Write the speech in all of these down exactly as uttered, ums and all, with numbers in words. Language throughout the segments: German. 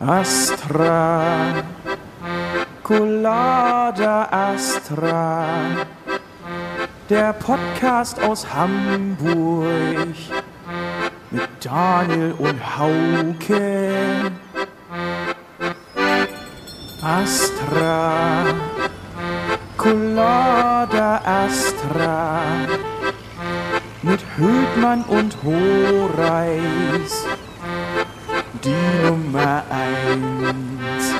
Astra, Colada Astra, der Podcast aus Hamburg mit Daniel und Hauke. Astra, Colada Astra, mit Hödmann und Horeis, die Nummer eins.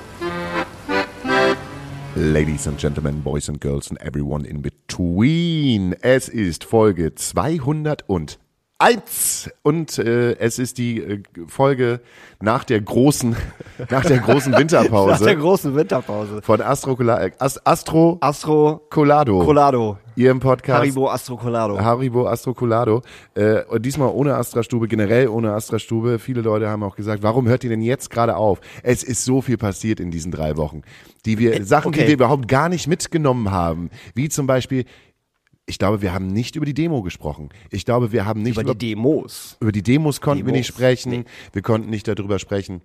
Ladies and Gentlemen, Boys and Girls and everyone in between. Es ist Folge zweihunderteins und äh, es ist die äh, Folge nach der großen, nach der großen Winterpause. Nach der großen Winterpause. Von Astro, äh, Astro, Astro Colado. Colado. Ihrem Podcast. Haribo Astro Colado. Haribo Astro Colado. Äh, und diesmal ohne Astra-Stube, generell ohne Astra-Stube. Viele Leute haben auch gesagt, warum hört ihr denn jetzt gerade auf? Es ist so viel passiert in diesen drei Wochen, die wir, äh, Sachen, okay. die wir überhaupt gar nicht mitgenommen haben. Wie zum Beispiel, ich glaube, wir haben nicht über die Demo gesprochen. Ich glaube, wir haben nicht über, über die Demos. Über die Demos konnten Demos. wir nicht sprechen. Nee. Wir konnten nicht darüber sprechen,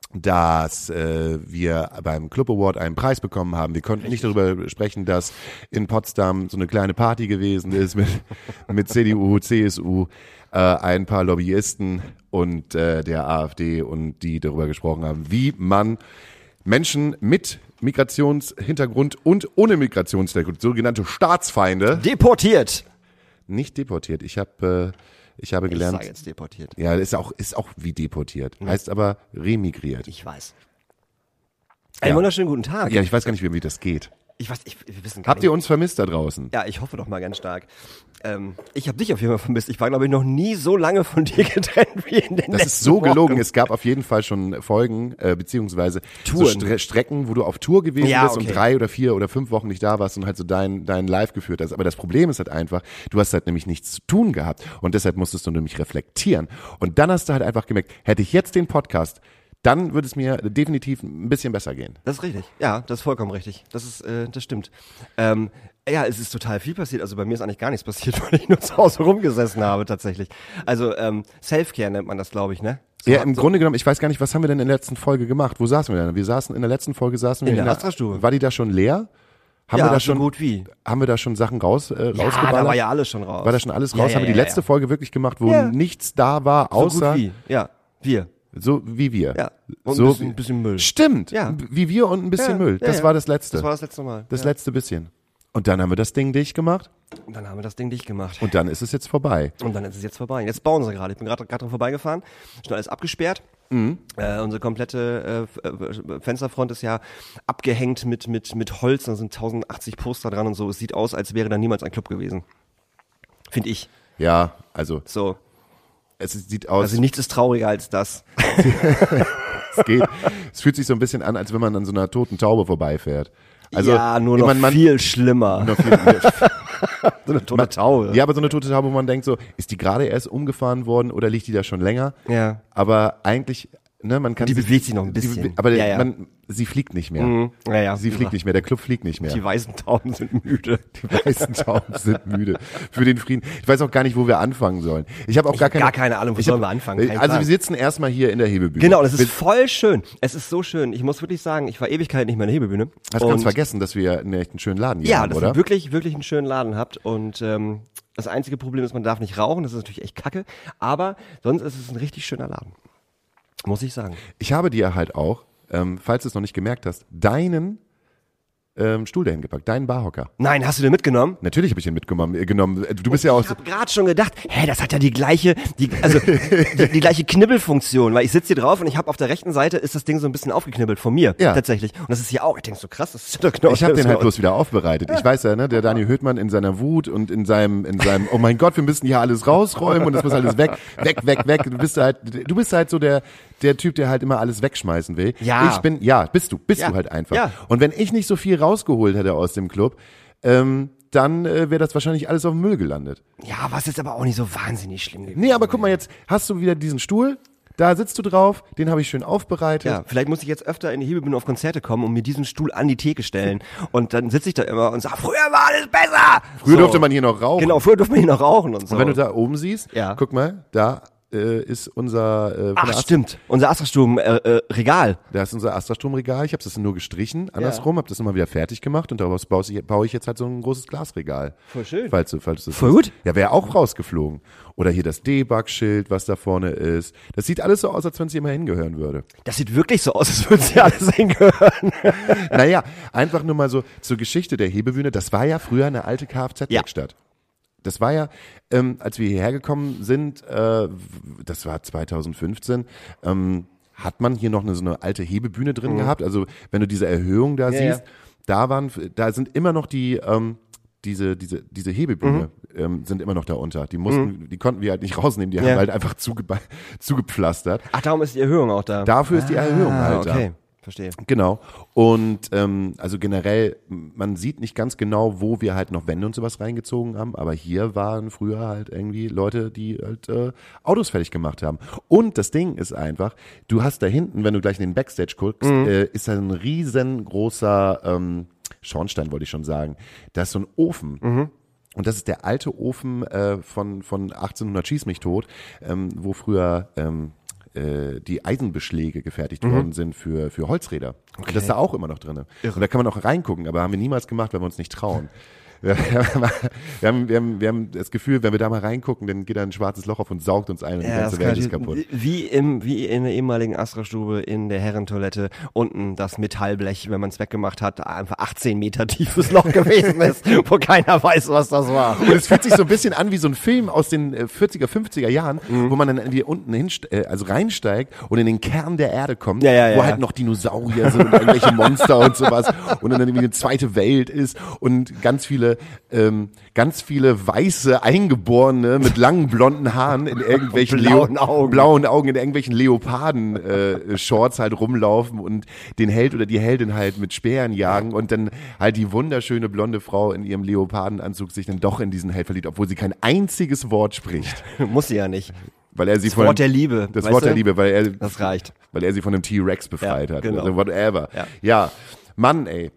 dass äh, wir beim Club Award einen Preis bekommen haben. Wir konnten Richtig. nicht darüber sprechen, dass in Potsdam so eine kleine Party gewesen ist mit, mit C D U, C S U, äh, ein paar Lobbyisten und äh, der AfD und die darüber gesprochen haben, wie man Menschen mit Migrationshintergrund und ohne Migrationshintergrund, sogenannte Staatsfeinde, deportiert. Nicht deportiert. Ich habe äh, ich habe gelernt. Ich sage jetzt deportiert. Ja, ist auch ist auch wie deportiert. Ja. Heißt aber remigriert. Ich weiß. Einen ja. wunderschönen guten Tag. Ja, ich weiß gar nicht, wie das geht. Ich weiß, ich, wir wissen gar Habt nicht. ihr uns vermisst da draußen? Ja, ich hoffe doch mal ganz stark. Ähm, ich habe dich auf jeden Fall vermisst. Ich war, glaube ich, noch nie so lange von dir getrennt wie in den letzten Wochen. Das ist so gelogen. Wochen. Es gab auf jeden Fall schon Folgen, äh, beziehungsweise so Stre- Strecken, wo du auf Tour gewesen ja, bist okay. und drei oder vier oder fünf Wochen nicht da warst und halt so dein, dein Live geführt hast. Aber das Problem ist halt einfach, du hast halt nämlich nichts zu tun gehabt und deshalb musstest du nämlich reflektieren. Und dann hast du halt einfach gemerkt, hätte ich jetzt den Podcast, dann würde es mir definitiv ein bisschen besser gehen. Das ist richtig. Ja, das ist vollkommen richtig. Das ist, äh, das stimmt. Ähm, ja, es ist total viel passiert. Also bei mir ist eigentlich gar nichts passiert, weil ich nur zu Hause rumgesessen habe tatsächlich. Also ähm, Self-Care nennt man das, glaube ich, ne? So ja, im so Grunde genommen, ich weiß gar nicht, was haben wir denn in der letzten Folge gemacht? Wo saßen wir denn? Wir saßen in der letzten Folge saßen wir in, in der der Astra-Stube. War die da schon leer? Haben ja, wir da schon so gut wie. Haben wir da schon Sachen raus äh, ja, rausgeballert? da war ja alles schon raus. War da schon alles raus? Ja, ja, haben wir die ja, letzte ja. Folge wirklich gemacht, wo ja. nichts da war, außer so gut wie. Ja, wir. So wie wir. Ja. Und so ein bisschen, bisschen Müll. Stimmt. Ja. Wie wir und ein bisschen ja. Müll. Das ja, ja. war das letzte. Das war das letzte Mal. Das ja. letzte bisschen. Und dann haben wir das Ding dicht gemacht. Und dann haben wir das Ding dicht gemacht. Und dann ist es jetzt vorbei. Und dann ist es jetzt vorbei. Jetzt bauen sie gerade. Ich bin gerade dran vorbeigefahren. Schon alles abgesperrt. Mhm. Äh, unsere komplette äh, äh, Fensterfront ist ja abgehängt mit mit mit Holz. Da sind tausendachtzig Poster dran und so. Es sieht aus, als wäre da niemals ein Club gewesen. Finde ich. Ja, also. So. Es sieht aus. Also nichts ist trauriger als das. Es geht. Es fühlt sich so ein bisschen an, als wenn man an so einer toten Taube vorbeifährt. Also, ja, nur noch man, man, viel schlimmer. Noch viel, so eine tote Taube. Ja, aber so eine tote Taube, wo man denkt so, ist die gerade erst umgefahren worden oder liegt die da schon länger? Ja. Aber eigentlich, ne, man kann die sie, bewegt sich noch ein bisschen. Die, aber ja, ja. Man, sie fliegt nicht mehr. Mhm. Ja, ja. Sie fliegt nicht mehr, der Club fliegt nicht mehr. Die weißen Tauben sind müde. Die weißen Tauben sind müde. Für den Frieden. Ich weiß auch gar nicht, wo wir anfangen sollen. Ich habe auch ich gar hab keine, gar keine Ahnung, wo sollen wir anfangen? Kein also Plan. wir sitzen erstmal hier in der Hebebühne. Genau, das ist wir, voll schön. Es ist so schön. Ich muss wirklich sagen, ich war Ewigkeit nicht mehr in der Hebebühne. Hast du ganz vergessen, dass wir einen echt einen schönen Laden hier ja, haben, dass oder? ihr wirklich, wirklich einen schönen Laden habt. Und ähm, das einzige Problem ist, man darf nicht rauchen. Das ist natürlich echt kacke. Aber sonst ist es ein richtig schöner Laden. Muss ich sagen. Ich habe dir halt auch, ähm, falls du es noch nicht gemerkt hast, deinen ähm, Stuhl dahin gepackt, deinen Barhocker. Nein, hast du den mitgenommen? Natürlich habe ich den mitgenommen. Äh, genommen. Du bist ja auch Ich habe gerade schon gedacht, hä, das hat ja die gleiche, die, also die, die gleiche Knibbelfunktion, weil ich sitze hier drauf und ich habe auf der rechten Seite ist das Ding so ein bisschen aufgeknibbelt von mir, ja. tatsächlich. Und das ist hier auch. Ich denke so krass, das ist doch genau. Ich habe den halt so. bloß wieder aufbereitet. Ich weiß ja, ne, der Daniel Hödmann in seiner Wut und in seinem, in seinem, oh mein Gott, wir müssen hier alles rausräumen und es muss alles weg, weg, weg, weg. Du bist halt, du bist halt so der, der Typ, der halt immer alles wegschmeißen will. Ja. Ich bin, ja, bist du, bist ja. du halt einfach. Ja. Und wenn ich nicht so viel rausgeholt hätte aus dem Club, ähm, dann äh, wäre das wahrscheinlich alles auf dem Müll gelandet. Ja, was jetzt aber auch nicht so wahnsinnig schlimm gewesen. Nee, aber guck mal jetzt, hast du wieder diesen Stuhl, da sitzt du drauf, den habe ich schön aufbereitet. Ja, vielleicht muss ich jetzt öfter in die Hebebühne auf Konzerte kommen und mir diesen Stuhl an die Theke stellen. Und dann sitze ich da immer und sage, früher war alles besser. Früher so. durfte man hier noch rauchen. Genau, früher durfte man hier noch rauchen und so. Und wenn du da oben siehst, Ja. guck mal, da äh, ist unser äh, von Ach, der Astra- stimmt. Unser Astra-Sturm äh, äh, Regal. Da ist unser Astra-Sturm-Regal. Ich habe das nur gestrichen, andersrum, ja. habe das nochmal wieder fertig gemacht und daraus baue ich, baue ich jetzt halt so ein großes Glasregal. Voll schön. Falls du, falls du das Voll hast. gut. Ja, wäre auch rausgeflogen. Oder hier das Debug-Schild, was da vorne ist. Das sieht alles so aus, als wenn es hier mal hingehören würde. Das sieht wirklich so aus, als würden sie alles hingehören. Naja, einfach nur mal so zur Geschichte der Hebebühne. Das war ja früher eine alte Kfz-Werkstatt. Ja. Das war ja, ähm, als wir hierher gekommen sind, äh, das war zwanzig fünfzehn, ähm, hat man hier noch eine, so eine alte Hebebühne drin mhm. gehabt. Also wenn du diese Erhöhung da ja, siehst, ja. da waren, da sind immer noch die, ähm, diese, diese, diese Hebebühne mhm. ähm, sind immer noch da unter. Die mussten, mhm. die konnten wir halt nicht rausnehmen, die ja. haben halt einfach zuge zugepflastert. Ach, darum ist die Erhöhung auch da. Dafür ist die Erhöhung ah, halt okay. da. Verstehe. Genau. Und ähm, also generell, man sieht nicht ganz genau, wo wir halt noch Wände und sowas reingezogen haben, aber hier waren früher halt irgendwie Leute, die halt äh, Autos fertig gemacht haben. Und das Ding ist einfach, du hast da hinten, wenn du gleich in den Backstage guckst, mhm. äh, ist da ein riesengroßer ähm, Schornstein, wollte ich schon sagen. Da ist so ein Ofen. Mhm. Und das ist der alte Ofen äh, von, von achtzehnhundert Schieß mich tot, ähm, wo früher ähm, die Eisenbeschläge gefertigt mhm. worden sind für, für Holzräder. Okay. Und das ist da auch immer noch drin. Irre. Und da kann man auch reingucken, aber haben wir niemals gemacht, weil wir uns nicht trauen. Wir haben, wir, haben, wir haben das Gefühl, wenn wir da mal reingucken, dann geht da ein schwarzes Loch auf und saugt uns ein und ja, die ganze Welt ist kaputt. Wie, im, wie in der ehemaligen Astra-Stube in der Herrentoilette unten das Metallblech, wenn man es weggemacht hat, einfach achtzehn Meter tiefes Loch gewesen ist, wo keiner weiß, was das war. Und es fühlt sich so ein bisschen an wie so ein Film aus den vierziger, fünfziger Jahren, mhm. wo man dann irgendwie unten hin, also reinsteigt und in den Kern der Erde kommt, ja, ja, wo ja. halt noch Dinosaurier sind und irgendwelche Monster und sowas und dann irgendwie eine zweite Welt ist und ganz viele Ähm, ganz viele weiße Eingeborene mit langen blonden Haaren in irgendwelchen blauen, Leo Augen. blauen Augen in irgendwelchen Leoparden-Shorts äh, halt rumlaufen und den Held oder die Heldin halt mit Speeren jagen und dann halt die wunderschöne blonde Frau in ihrem Leopardenanzug sich dann doch in diesen Held verliebt, obwohl sie kein einziges Wort spricht. Muss sie ja nicht. Weil er sie das von Wort der Liebe. Das Wort du? der Liebe, weil er das reicht. Weil er sie von einem T-Rex befreit ja, hat. Genau. Also whatever. Ja. ja, Mann, ey.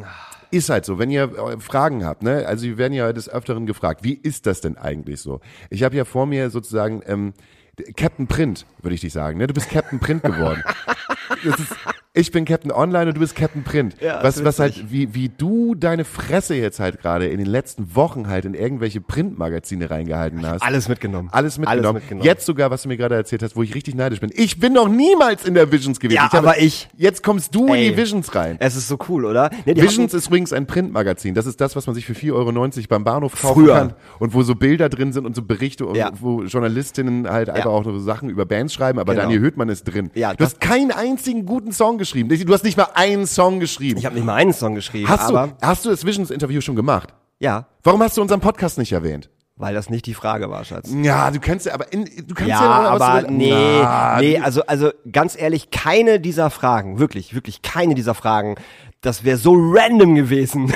Ist halt so, wenn ihr Fragen habt, ne, also wir werden ja des Öfteren gefragt, wie ist das denn eigentlich so? Ich habe ja vor mir sozusagen ähm, Captain Print, würde ich dich sagen, ne? Du bist Captain Print geworden. Das ist, ich bin Captain Online und du bist Captain Print. Ja, was, was halt, wie, wie du deine Fresse jetzt halt gerade in den letzten Wochen halt in irgendwelche Printmagazine reingehalten hast. Alles mitgenommen. Alles mitgenommen. Alles mitgenommen. Jetzt sogar, was du mir gerade erzählt hast, wo ich richtig neidisch bin. Ich bin noch niemals in der Visions gewesen. Ja, ich habe, aber ich. Jetzt kommst du Ey, in die Visions rein. Es ist so cool, oder? Nee, Visions ist übrigens ein Printmagazin. Das ist das, was man sich für vier Euro neunzig beim Bahnhof kaufen Früher. kann. Und wo so Bilder drin sind und so Berichte, und Ja. wo Journalistinnen halt einfach Ja. auch so Sachen über Bands schreiben. Aber Genau. Daniel Höhtmann ist drin. Ja, du hast keinen einzigen guten Song geschrieben. Du hast nicht mal einen Song geschrieben. Ich habe nicht mal einen Song geschrieben, Hast aber du, hast du das Visions-Interview schon gemacht? ja, Warum hast du unseren Podcast nicht erwähnt? weil das nicht die Frage war, Schatz. Ja, du kannst ja, aber in, du kannst ja, Ja, noch was aber über- nee, Na, nee, also, also ganz ehrlich, keine dieser Fragen, wirklich, wirklich keine dieser Fragen, das wäre so random gewesen.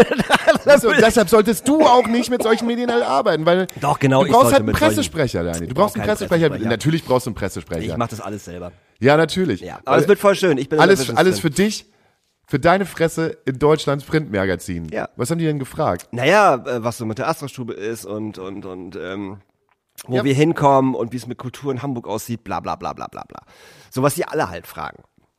Also, deshalb solltest du auch nicht mit solchen Medien halt arbeiten, weil Doch, genau, du ich brauchst sollte halt einen mit solchen- Pressesprecher, Dani. Du Ich brauchst brauch einen keinen Pressesprecher. Pressesprecher. Natürlich brauchst du einen Pressesprecher. Ich mach das alles selber. Ja, natürlich. Ja, aber es wird voll schön. Ich bin in der alles, Visions alles drin. für dich, für deine Fresse in Deutschlands Printmagazin. Ja. Was haben die denn gefragt? Naja, äh, was so mit der Astra-Stube ist und, und, und, ähm, wo Ja. wir hinkommen und wie es mit Kultur in Hamburg aussieht, bla, bla, bla, bla, bla, bla. So was die alle halt fragen.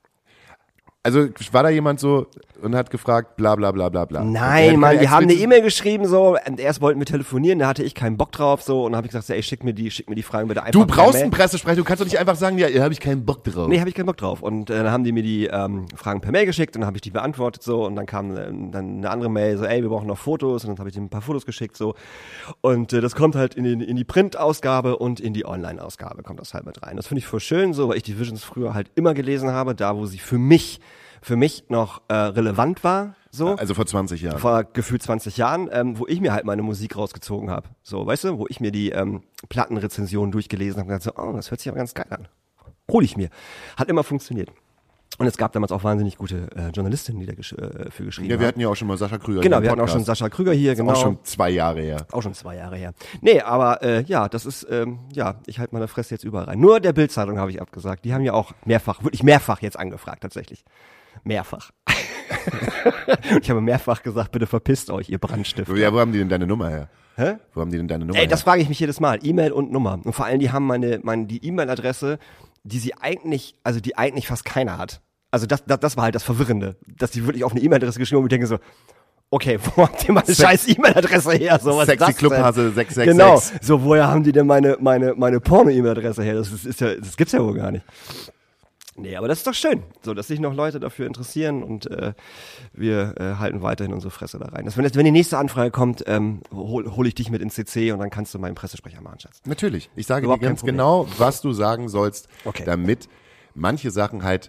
Also war da jemand so und hat gefragt, bla bla bla bla bla. Und der Nein, hat Mann, keine die haben eine explizit- E-Mail geschrieben so, und erst wollten wir telefonieren, da hatte ich keinen Bock drauf so und dann habe ich gesagt, ey, schick mir die, schick mir die Fragen bitte einfach Du per brauchst Mail. einen Pressesprecher, du kannst doch nicht einfach sagen, ja, da habe ich keinen Bock drauf. Nee, habe ich keinen Bock drauf. Und äh, dann haben die mir die ähm, Fragen per Mail geschickt und dann habe ich die beantwortet so und dann kam äh, dann eine andere Mail so, ey, wir brauchen noch Fotos und dann habe ich denen ein paar Fotos geschickt so und äh, das kommt halt in, den, in die Print-Ausgabe und in die Online-Ausgabe kommt das halt mit rein. Das finde ich voll schön so, weil ich die Visions früher halt immer gelesen habe, da wo sie für mich für mich noch äh, relevant war, so. Also vor zwanzig Jahren. Vor gefühlt zwanzig Jahren, ähm, wo ich mir halt meine Musik rausgezogen habe. So, weißt du, wo ich mir die ähm, Plattenrezensionen durchgelesen habe und gesagt so, oh, das hört sich aber ganz geil an. Hol ich mir. Hat immer funktioniert. Und es gab damals auch wahnsinnig gute äh, Journalistinnen, die da gesch äh, für geschrieben Ja, wir haben. hatten ja auch schon mal Sascha Krüger. Genau, hier wir im hatten auch schon Podcast. Sascha Krüger hier, Ist genau. Auch schon zwei Jahre her. Auch schon zwei Jahre her. Nee, aber äh, ja, das ist, ähm, ja, ich halte meine Fresse jetzt überall rein. Nur der Bild-Zeitung habe ich abgesagt. Die haben ja auch mehrfach, wirklich mehrfach jetzt angefragt, tatsächlich. Mehrfach. Und ich habe mehrfach gesagt, bitte verpisst euch, ihr Brandstifter. Ja, wo haben die denn deine Nummer her? Hä? Wo haben die denn deine Nummer Ey, her? das frage ich mich jedes Mal. E-Mail und Nummer. Und vor allem, die haben meine, meine die E-Mail-Adresse, die sie eigentlich, also die eigentlich fast keiner hat. Also das, das, das war halt das Verwirrende, dass die wirklich auf eine E-Mail-Adresse geschrieben haben und ich denke so, okay, wo habt ihr meine Sex- scheiß E-Mail-Adresse her? So, was ist Sexy das denn? Clubhase sechs sechs Genau. sechs. So, woher haben die denn meine, meine, meine Porno-E-Mail-Adresse her? Das ist, ist ja, das gibt's ja wohl gar nicht. Nee, aber das ist doch schön, so, dass sich noch Leute dafür interessieren und äh, wir äh, halten weiterhin unsere Fresse da rein. Das, wenn, das, wenn die nächste Anfrage kommt, ähm, hol, hol ich dich mit ins C C und dann kannst du meinen Pressesprecher machen, Schatz. Natürlich. Ich sage Überhaupt dir ganz kein Problem. genau, was du sagen sollst, Okay. damit manche Sachen halt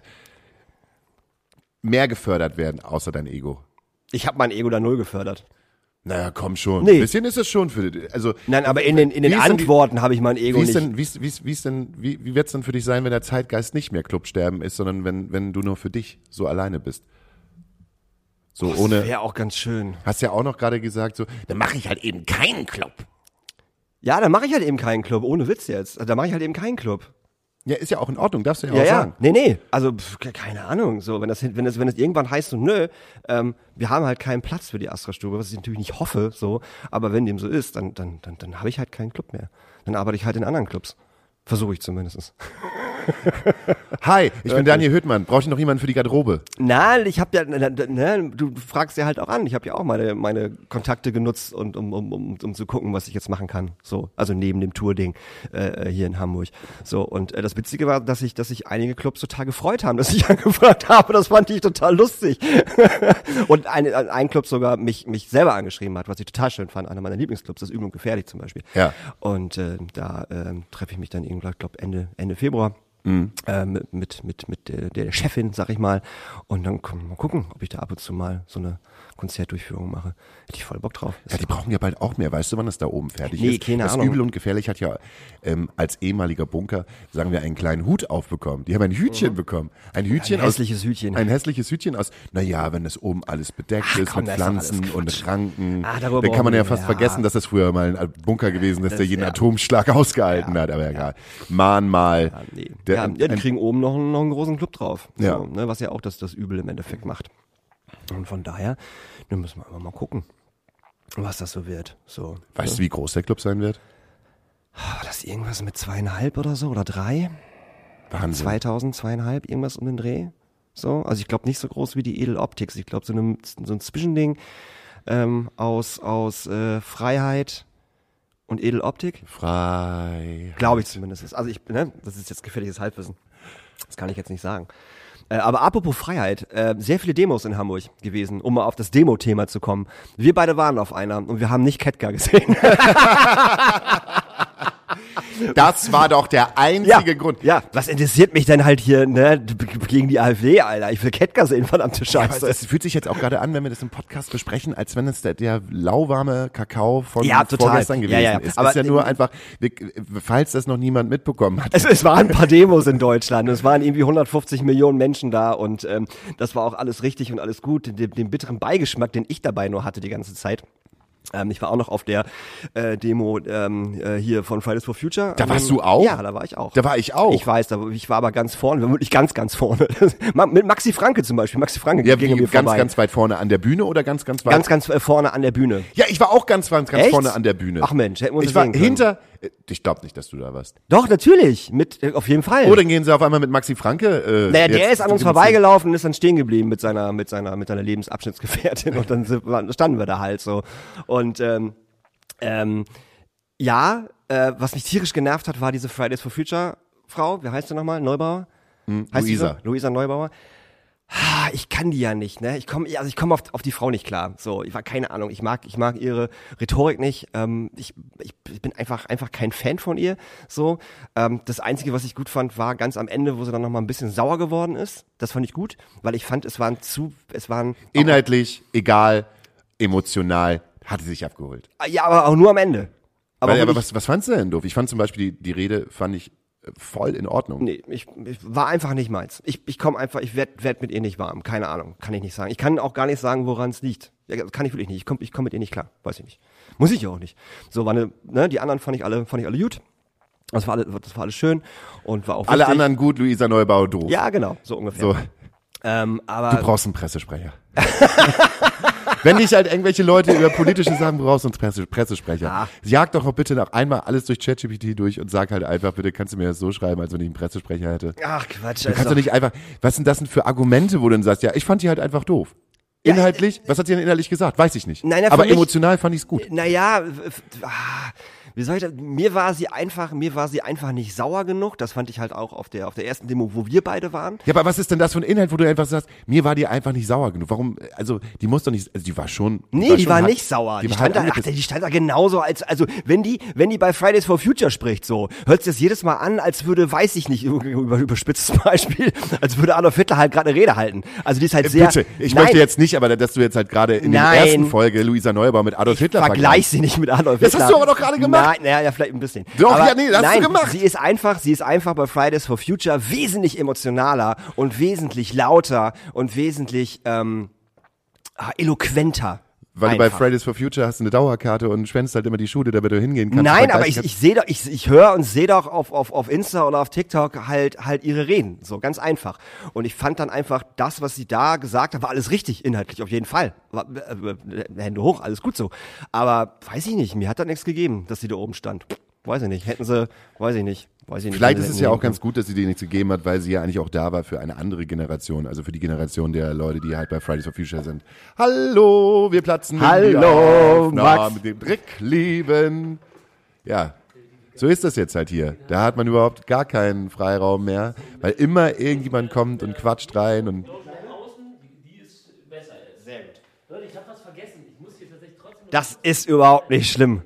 mehr gefördert werden, außer dein Ego. Ich habe mein Ego da null gefördert. Naja, komm schon. Nee. Ein bisschen ist es schon für dich. Also, Nein, aber in den, in den Wie ist denn die- Antworten habe ich mein Ego wie ist nicht. denn, wie ist, wie ist, wie ist denn, wie, wie wird's denn für dich sein, wenn der Zeitgeist nicht mehr Clubsterben ist, sondern wenn, wenn du nur für dich so alleine bist? So Das ohne, wäre auch ganz schön. hast ja auch noch gerade gesagt, so, dann mache ich halt eben keinen Club. Ja, dann mache ich halt eben keinen Club, ohne Witz jetzt. Da mache ich halt eben keinen Club. Ja, ist ja auch in Ordnung, darfst du ja, Ja, auch ja. sagen. Nee, nee. Also, pf, ke- keine Ahnung. So, wenn das, hin- wenn das, wenn das irgendwann heißt, so, nö, ähm, wir haben halt keinen Platz für die Astra-Stube, was ich natürlich nicht hoffe, so. Aber wenn dem so ist, dann, dann, dann, dann habe ich halt keinen Club mehr. Dann arbeite ich halt in anderen Clubs. Versuche ich zumindest. Hi, ich bin Daniel Hüttmann. Brauche ich noch jemanden für die Garderobe? Na, ich habe ja, ne, ne, du fragst ja halt auch an. Ich habe ja auch meine meine Kontakte genutzt und um um um um zu gucken, was ich jetzt machen kann. So, also neben dem Tour-Ding äh, hier in Hamburg. So, und äh, das Witzige war, dass ich dass sich einige Clubs total gefreut haben, dass ich angefragt habe. Das fand ich total lustig. Und ein ein Club sogar mich mich selber angeschrieben hat, was ich total schön fand. Einer meiner Lieblingsclubs, das Übel und Gefährlich zum Beispiel. Ja. Und äh, da äh, treffe ich mich dann irgendwann, ich glaube Ende Ende Februar. Mhm. Äh, mit mit mit mit der, der Chefin, sag ich mal, und dann können wir mal gucken, ob ich da ab und zu mal so eine Konzertdurchführung mache. Hätte ich voll Bock drauf. Ja, die brauchen ja bald auch mehr. Weißt du, wann es da oben fertig Nee, ist? keine das Ahnung. Übel und Gefährlich hat ja ähm, als ehemaliger Bunker, sagen wir, einen kleinen Hut aufbekommen. Die haben ein Hütchen bekommen. Ein Hütchen Ein aus, hässliches Hütchen. Ein hässliches Hütchen aus, naja, wenn es oben alles bedeckt Ach, ist komm, mit das ist doch alles Pflanzen und Quatsch. Ranken, Ah, darüber dann kann man ja brauchen wir- fast ja. vergessen, dass das früher mal ein Bunker gewesen ist, der jeden ja. Atomschlag ausgehalten hat. Aber egal. Mahnmal. Ja, nee. Der- ja, ein- ja, die ein- kriegen oben noch, einen- noch einen großen Club drauf. Ja. So, ne, was ja auch das, das Übel im Endeffekt macht. Und von daher, dann müssen wir einfach mal gucken, was das so wird. So. Weißt du, wie groß der Club sein wird? War das irgendwas mit zweieinhalb oder so oder drei? Wahnsinn. zweitausend, zweieinhalb, irgendwas um den Dreh. So, also ich glaube nicht so groß wie die Edel Optics. Ich glaube so, eine, so ein Zwischending ähm, aus aus äh, Freiheit und Edel Optik. Frei. Glaube ich zumindest. Also ich, ne, das ist jetzt gefährliches Halbwissen. Das kann ich jetzt nicht sagen. Äh, aber apropos Freiheit, äh, sehr viele Demos in Hamburg gewesen, um mal auf das Demo-Thema zu kommen. Wir beide waren auf einer und wir haben nicht Ketka gesehen. Das war doch der einzige Grund. Ja, was interessiert mich denn halt hier, ne, gegen die AfD, Alter? Ich will Ketka sehen, verdammte Ja, aber Scheiße. es fühlt sich jetzt auch gerade an, wenn wir das im Podcast besprechen, als wenn es der, der lauwarme Kakao von Ja, total. vorgestern gewesen Ja, ja. ist. Aber ist ja nur in- einfach, wir, falls das noch niemand mitbekommen hat. Es, es waren ein paar Demos in Deutschland. Es waren irgendwie hundertfünfzig Millionen Menschen da und ähm, das war auch alles richtig und alles gut. Den, den bitteren Beigeschmack, den ich dabei nur hatte die ganze Zeit. Ähm, ich war auch noch auf der äh, Demo ähm, äh, hier von Fridays for Future. Da Ähm, warst du auch? Ja, da war ich auch. Da war ich auch. Ich weiß, da, ich war aber ganz vorne, wirklich ganz, ganz vorne. Mit Maxi Franke zum Beispiel. Maxi Franke Ja, ging wie, an mir ganz, vorbei. ganz weit vorne an der Bühne oder ganz, ganz weit? ganz, ganz äh, vorne an der Bühne. Ja, ich war auch ganz, ganz, ganz Echt? vorne an der Bühne. Ach Mensch, hätten wir uns ich war sehen können. hinter, ich glaube nicht, dass du da warst. Doch, natürlich. Mit, äh, auf jeden Fall. Oh, dann gehen sie auf einmal mit Maxi Franke. Äh, Naja, der jetzt ist an uns zum- vorbeigelaufen und ist dann stehen geblieben mit seiner, mit seiner, mit seiner Lebensabschnittsgefährtin und dann sind, wir- standen wir da halt so. Und ähm, ähm, ja, äh, was mich tierisch genervt hat, war diese Fridays for Future Frau. Wie heißt sie nochmal? Neubauer? Hm, Heißt die Luisa. so? Luisa Neubauer. Ah, Ich kann die ja nicht, ne? Ich komme, also ich komme auf, auf die Frau nicht klar. So, ich war keine Ahnung. Ich mag, ich mag ihre Rhetorik nicht. Ähm, ich, ich, ich bin einfach, einfach kein Fan von ihr. So, ähm, das Einzige, was ich gut fand, war ganz am Ende, wo sie dann noch mal ein bisschen sauer geworden ist. Das fand ich gut, weil ich fand, es waren zu, es waren Inhaltlich, egal, emotional, hatte sich abgeholt. ja, aber auch nur am Ende. Aber, Weil, aber wirklich- was, was fandst du denn doof? Ich fand zum Beispiel die, die Rede, fand ich äh, voll in Ordnung. Nee, ich, ich war einfach nicht meins. Ich, ich komme einfach, ich werd, werd mit ihr nicht warm. Keine Ahnung, kann ich nicht sagen. Ich kann auch gar nicht sagen, woran es liegt. Ja, kann ich wirklich nicht. Ich komme ich komm mit ihr nicht klar. Weiß ich nicht. Muss ich auch nicht. So, war eine, ne, die anderen fand ich alle, fand ich alle gut. Das war, alle, das war alles schön und war auch Alle wichtig. anderen gut, Luisa Neubauer doof. Ja, genau, so ungefähr. So, Ähm, aber du brauchst einen Pressesprecher. Wenn dich halt irgendwelche Leute über politische Sachen brauchst und Presse, Pressesprecher, Ah. jag doch auch bitte noch einmal alles durch ChatGPT durch und sag halt einfach, bitte kannst du mir das so schreiben, als wenn ich einen Pressesprecher hätte. Ach Quatsch. Du kannst doch nicht einfach, was sind das denn für Argumente, wo du dann sagst, ja, ich fand die halt einfach doof. Ja, Inhaltlich, was hat sie denn inhaltlich gesagt? Weiß ich nicht. Nein, ja, für aber mich- emotional fand ich es gut. Naja, f- ah, wie soll ich das? Mir war sie einfach, mir war sie einfach nicht sauer genug. Das fand ich halt auch auf der, auf der ersten Demo, wo wir beide waren. Ja, aber was ist denn das für ein Inhalt, wo du einfach sagst, mir war die einfach nicht sauer genug? Warum, also, die muss doch nicht, also die war schon. Nee, die schon war hart- nicht sauer. Die, war stand halt da, ach, angepisst. die stand da genauso als, also, wenn die, wenn die bei Fridays for Future spricht, so, hört sich das jedes Mal an, als würde, weiß ich nicht, über, über überspitztes Beispiel, als würde Adolf Hitler halt gerade eine Rede halten. Also, die ist halt Äh, sehr. Bitte, ich Nein, möchte jetzt nicht, aber dass du jetzt halt gerade in Nein. der ersten Folge Luisa Neubauer mit Adolf Hitler Vergleich sie nicht mit Adolf Das Hitler. hast du aber doch gerade gemacht. Nein, naja, ja, vielleicht ein bisschen. Doch, aber ja, nee, das hast nein, du gemacht. Sie ist einfach, sie ist einfach bei Fridays for Future wesentlich emotionaler und wesentlich lauter und wesentlich ähm, ah, eloquenter. Weil du bei einfach. Fridays for Future hast eine Dauerkarte und schwänzt halt immer die Schule, damit du hingehen kannst. Nein, Weil aber gleich ich, ich sehe doch, ich, ich höre und sehe doch auf, auf, auf Insta oder auf TikTok halt, halt ihre Reden. So, ganz einfach. Und ich fand dann einfach, das, was sie da gesagt hat, war alles richtig inhaltlich, auf jeden Fall. War, äh, äh, Hände hoch, alles gut so. Aber, weiß ich nicht, mir hat da nichts gegeben, dass sie da oben stand. Weiß ich nicht, hätten sie, weiß ich nicht. Weiß ich nicht. Vielleicht ist Hätten es sie ja auch nehmen ganz gut, dass sie dir nichts gegeben hat, weil sie ja eigentlich auch da war für eine andere Generation, also für die Generation der Leute, die halt bei Fridays for Future sind. Hallo, wir platzen in Hallo, die Aufnahme Max. mit dem Dreck lieben. Ja, so ist das jetzt halt hier. Da hat man überhaupt gar keinen Freiraum mehr, weil immer irgendjemand kommt und quatscht rein und Das ist überhaupt nicht schlimm.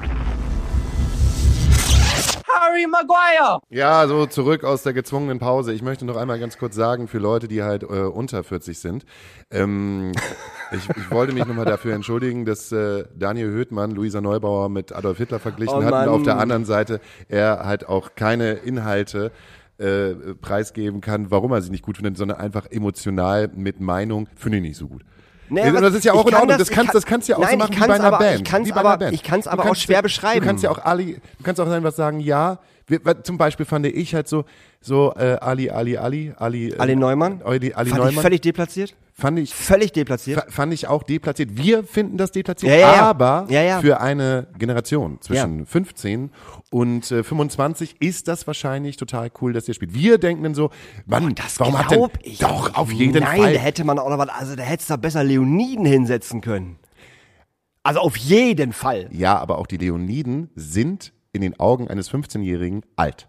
Harry Maguire! ja, so zurück aus der gezwungenen Pause. Ich möchte noch einmal ganz kurz sagen, für Leute, die halt äh, unter vierzig sind, ähm, ich, ich wollte mich nochmal dafür entschuldigen, dass äh, Daniel Höhtmann Luisa Neubauer mit Adolf Hitler verglichen Oh hat Mann. und auf der anderen Seite er halt auch keine Inhalte äh, preisgeben kann, warum er sie nicht gut findet, sondern einfach emotional mit Meinung, finde ich nicht so gut. Nee, Ja, aber das ist ja auch ich in kann Ordnung. das- Das kannst, ich kann- das kannst du ja auch Nein, so ich machen wie kann's bei einer aber- Band. ich kann's wie bei aber- einer Band. ich kann's Du aber auch kannst- schwer beschreiben. Du kannst ja auch Ali, du kannst auch einfach sagen, ja. Wir, weil zum Beispiel fand ich halt so, so äh, Ali, Ali, Ali, Ali, äh, Ali Neumann? Ali, Ali Fand Neumann. ich völlig deplatziert? fand ich Völlig deplatziert. Fa- fand ich auch deplatziert. Wir finden das deplatziert, Ja, ja, ja. aber Ja, ja. für eine Generation zwischen Ja. fünfzehn und äh, fünfundzwanzig ist das wahrscheinlich total cool, dass ihr spielt. Wir denken dann so, Mann, Das warum hat denn, glaub ich. doch, auf jeden Nein, Fall. da hätte man auch noch was, also da hättest du besser Leoniden hinsetzen können. Also auf jeden Fall. Ja, aber auch die Leoniden sind in den Augen eines fünfzehnjährigen alt.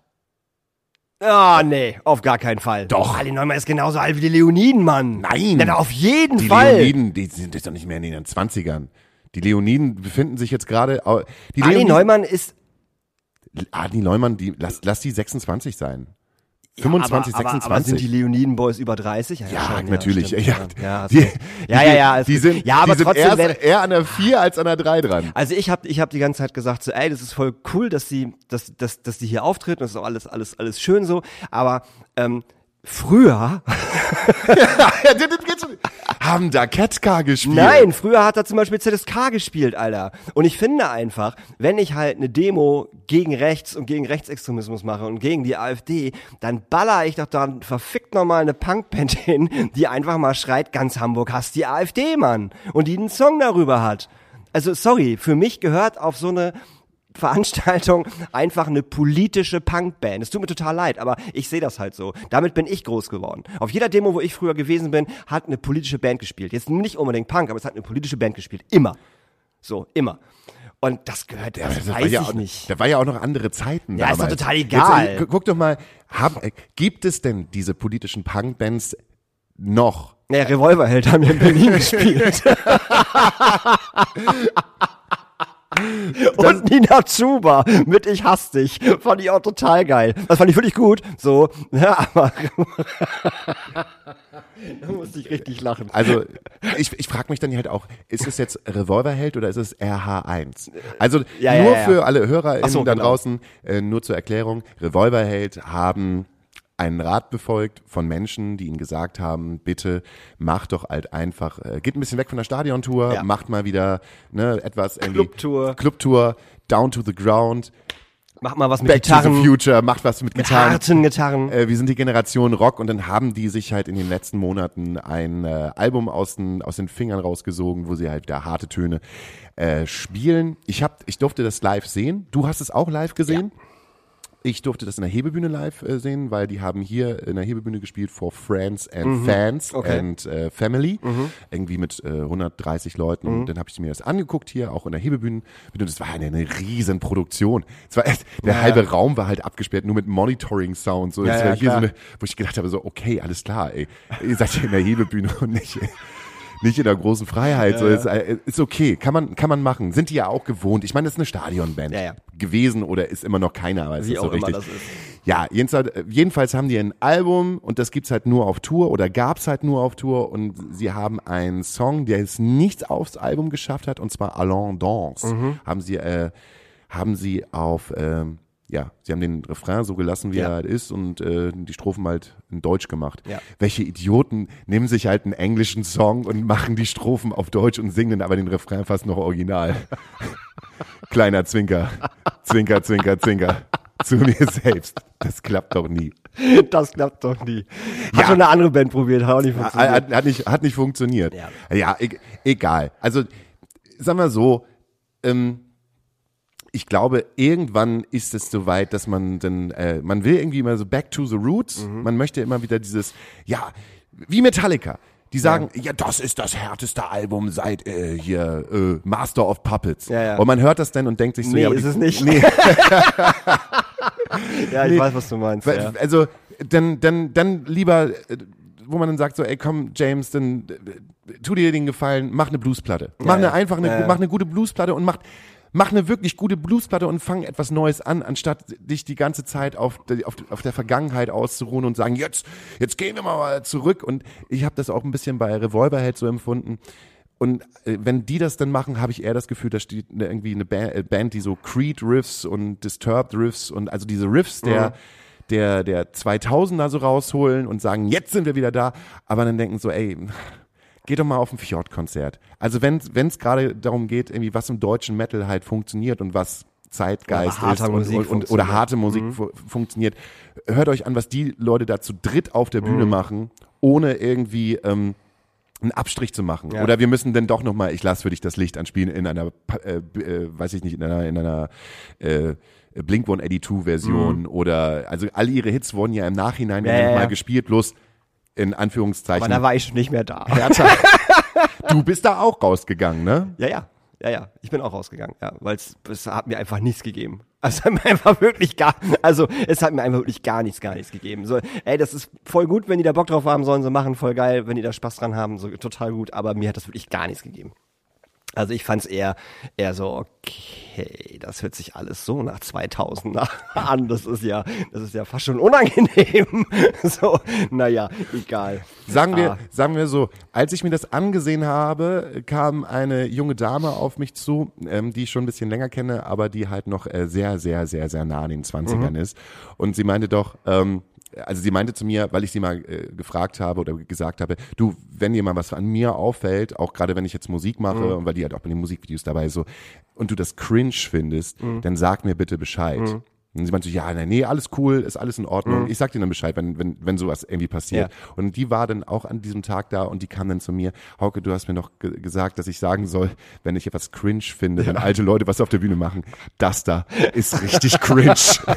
Ah, nee, auf gar keinen Fall. Doch. Ali Neumann ist genauso alt wie die Leoniden, Mann. Nein. Na, auf jeden Die Fall. Leoniden, die sind jetzt doch nicht mehr in den zwanzigern. Die Leoniden befinden sich jetzt gerade, au- die Ali Leoniden- Neumann ist Adi Neumann, die, lass, lass die sechsundzwanzig sein. fünfundzwanzig, aber, aber, sechsundzwanzig. aber sind die Leoniden-Boys über dreißig? Ja, Ja, schon, natürlich. stimmt, Ja, ja, die, ja, ja, ja, alles die gut. sind, Ja, aber die sind trotzdem eher, wär- eher an der vier als an der drei dran. Also ich habe ich hab die ganze Zeit gesagt, so, ey, das ist voll cool, dass sie, dass, dass, dass die hier auftreten, das ist auch alles, alles, alles schön so. Aber ähm, früher, Ja, das- das geht schon. Haben da Ketka gespielt? nein, früher hat er zum Beispiel Z S K gespielt, Alter. Und ich finde einfach, wenn ich halt eine Demo gegen Rechts und gegen Rechtsextremismus mache und gegen die AfD, dann baller ich doch da verfickt nochmal eine Punkband hin, die einfach mal schreit, ganz Hamburg hasst die AfD, Mann. Und die einen Song darüber hat. Also sorry, für mich gehört auf so eine Veranstaltung einfach eine politische Punkband. Es tut mir total leid, aber ich sehe das halt so. Damit bin ich groß geworden. Auf jeder Demo, wo ich früher gewesen bin, hat eine politische Band gespielt. Jetzt nicht unbedingt Punk, aber es hat eine politische Band gespielt. Immer. So, immer. Und das gehört, das Das war weiß ja ich auch, nicht. Da war ja auch noch andere Zeiten Ja, ist doch damals. total egal. Jetzt, äh, gu- guck doch mal, haben, äh, gibt es denn diese politischen Punkbands noch? Ja, Revolverheld haben wir in Berlin gespielt. Und Nina Zuba mit Ich hasse dich. Fand ich auch total geil. Das fand ich wirklich gut. So, ja, aber da musste ich richtig lachen. Also ich, ich frage mich dann halt auch, ist es jetzt Revolverheld oder ist es R H eins? Also Ja, ja, nur ja, ja. für alle HörerInnen Ach so, da genau. draußen, äh, nur zur Erklärung, Revolverheld haben einen Rat befolgt von Menschen, die ihnen gesagt haben, bitte macht doch halt einfach, äh, geht ein bisschen weg von der Stadiontour, Ja. macht mal wieder ne, etwas irgendwie Clubtour. Clubtour, down to the ground. Mach mal was mit Back Gitarren. to the Future, macht was mit mit Gitarren. harten Gitarren. Äh, wir sind die Generation Rock und dann haben die sich halt in den letzten Monaten ein äh, Album aus den, aus den Fingern rausgesogen, wo sie halt da harte Töne äh, spielen. Ich hab, ich durfte das live sehen. Du hast es auch live gesehen? Ja. Ich durfte das in der Hebebühne live äh, sehen, weil die haben hier in der Hebebühne gespielt for Friends and Mhm. Fans Okay. and äh, Family. Mhm. Irgendwie mit äh, hundertdreißig Leuten. Mhm. Und dann habe ich mir das angeguckt hier, auch in der Hebebühne. Und es war eine, eine riesen Produktion. Es war echt, der Ja, halbe ja. Raum war halt abgesperrt, nur mit Monitoring-Sound. So, Ja, das ja, war hier so klar. eine, wo ich gedacht habe, so, okay, alles klar, ey. Ihr seid hier in der Hebebühne und nicht, nicht in der großen Freiheit. Ja, so, ja. Ist, äh, ist okay, kann man, kann man machen. Sind die ja auch gewohnt. Ich meine, das ist eine Stadionband Ja, ja. gewesen oder ist immer noch keiner, aber es Wie ist so auch immer richtig. das ist. Ja, jedenfalls, jedenfalls haben die ein Album und das gibt's halt nur auf Tour oder gab's halt nur auf Tour und sie haben einen Song, der es nicht aufs Album geschafft hat und zwar Allons Danse. Mhm. Haben sie, äh, haben sie auf, ähm, ja, sie haben den Refrain so gelassen, wie Ja. er halt ist und äh, die Strophen halt in Deutsch gemacht. Ja. Welche Idioten nehmen sich halt einen englischen Song und machen die Strophen auf Deutsch und singen dann aber den Refrain fast noch original. Kleiner Zwinker, Zwinker, Zwinker, Zwinker. Zu mir selbst. Das klappt doch nie. Das klappt doch nie. Hat Ja. schon eine andere Band probiert, hat auch nicht Hat, funktioniert. hat, hat, nicht, hat nicht funktioniert. Ja. Ja, e egal. Also, sagen wir so, ähm, ich glaube, irgendwann ist es soweit, dass man dann, äh, man will irgendwie immer so back to the roots. Mhm. Man möchte immer wieder dieses, ja, wie Metallica. Die sagen, ja, ja das ist das härteste Album seit äh, hier äh, Master of Puppets. Ja, ja. Und man hört das dann und denkt sich so, Nee, ja, aber ist die, es nicht. Nee, Ja, ich Nee. weiß, was du meinst. Weil- Ja. Also dann, dann, dann lieber, äh, wo man dann sagt so, ey komm James, dann äh, tu dir den Gefallen, mach eine Bluesplatte. Mach Ja, eine ja. einfach eine, Ja, ja. mach eine gute Bluesplatte und mach, mach eine wirklich gute Bluesplatte und fang etwas Neues an, anstatt dich die ganze Zeit auf, die- auf, auf der Vergangenheit auszuruhen und sagen, jetzt, jetzt gehen wir mal zurück. Und ich habe das auch ein bisschen bei Revolverhead so empfunden. Und äh, wenn die das dann machen, habe ich eher das Gefühl, da steht eine, irgendwie eine Ba- äh, Band, die so Creed-Riffs und Disturbed-Riffs und also diese Riffs der, Mhm. der, der zweitausender so rausholen und sagen, jetzt sind wir wieder da, aber dann denken so, ey, geh doch mal auf ein Fjord-Konzert. Also wenn es gerade darum geht, irgendwie was im deutschen Metal halt funktioniert und was Zeitgeist Oder harter ist und, Musik und, und, oder funktioniert. harte Musik Mhm. fu funktioniert, hört euch an, was die Leute da zu dritt auf der Bühne Mhm. machen, ohne irgendwie ähm, einen Abstrich zu machen. Ja. Oder wir müssen dann doch nochmal, ich lasse für dich das Licht anspielen in einer, äh, äh, weiß ich nicht, in einer, in einer äh, Blink one eighty-two Version Mhm. oder, also all ihre Hits wurden ja im Nachhinein Ja, ja, ja, mal ja. gespielt, bloß in Anführungszeichen. Aber da war ich schon nicht mehr da. Hertha. Du bist da auch rausgegangen, ne? Ja, ja, ja, ja. Ich bin auch rausgegangen, ja, weil es hat mir einfach nichts gegeben. Also es hat mir einfach wirklich gar, also es hat mir einfach wirklich gar nichts, gar nichts gegeben. So, ey, das ist voll gut, wenn die da Bock drauf haben, sollen sie machen, voll geil, wenn die da Spaß dran haben, so total gut. Aber mir hat das wirklich gar nichts gegeben. Also ich fand's eher, eher so, okay, das hört sich alles so nach zweitausend an. Das ist ja, das ist ja fast schon unangenehm. So, naja, egal. Sagen wir, Ah. sagen wir so, als ich mir das angesehen habe, kam eine junge Dame auf mich zu, ähm, die ich schon ein bisschen länger kenne, aber die halt noch äh, sehr, sehr, sehr, sehr nah an den zwanzigern Mhm. ist. Und sie meinte doch, ähm, also sie meinte zu mir, weil ich sie mal äh, gefragt habe oder gesagt habe, du, wenn dir mal was an mir auffällt, auch gerade wenn ich jetzt Musik mache Mhm. und weil die halt auch bei den Musikvideos dabei ist, so, und du das cringe findest, Mhm. dann sag mir bitte Bescheid. Mhm. Und sie meinte so, ja, nee, nee, alles cool, ist alles in Ordnung. Mhm. Ich sag dir dann Bescheid, wenn, wenn, wenn sowas irgendwie passiert. Ja. Und die war dann auch an diesem Tag da und die kam dann zu mir, Hauke, du hast mir noch ge gesagt, dass ich sagen soll, wenn ich etwas cringe finde, wenn alte Leute was auf der Bühne machen, das da ist richtig cringe.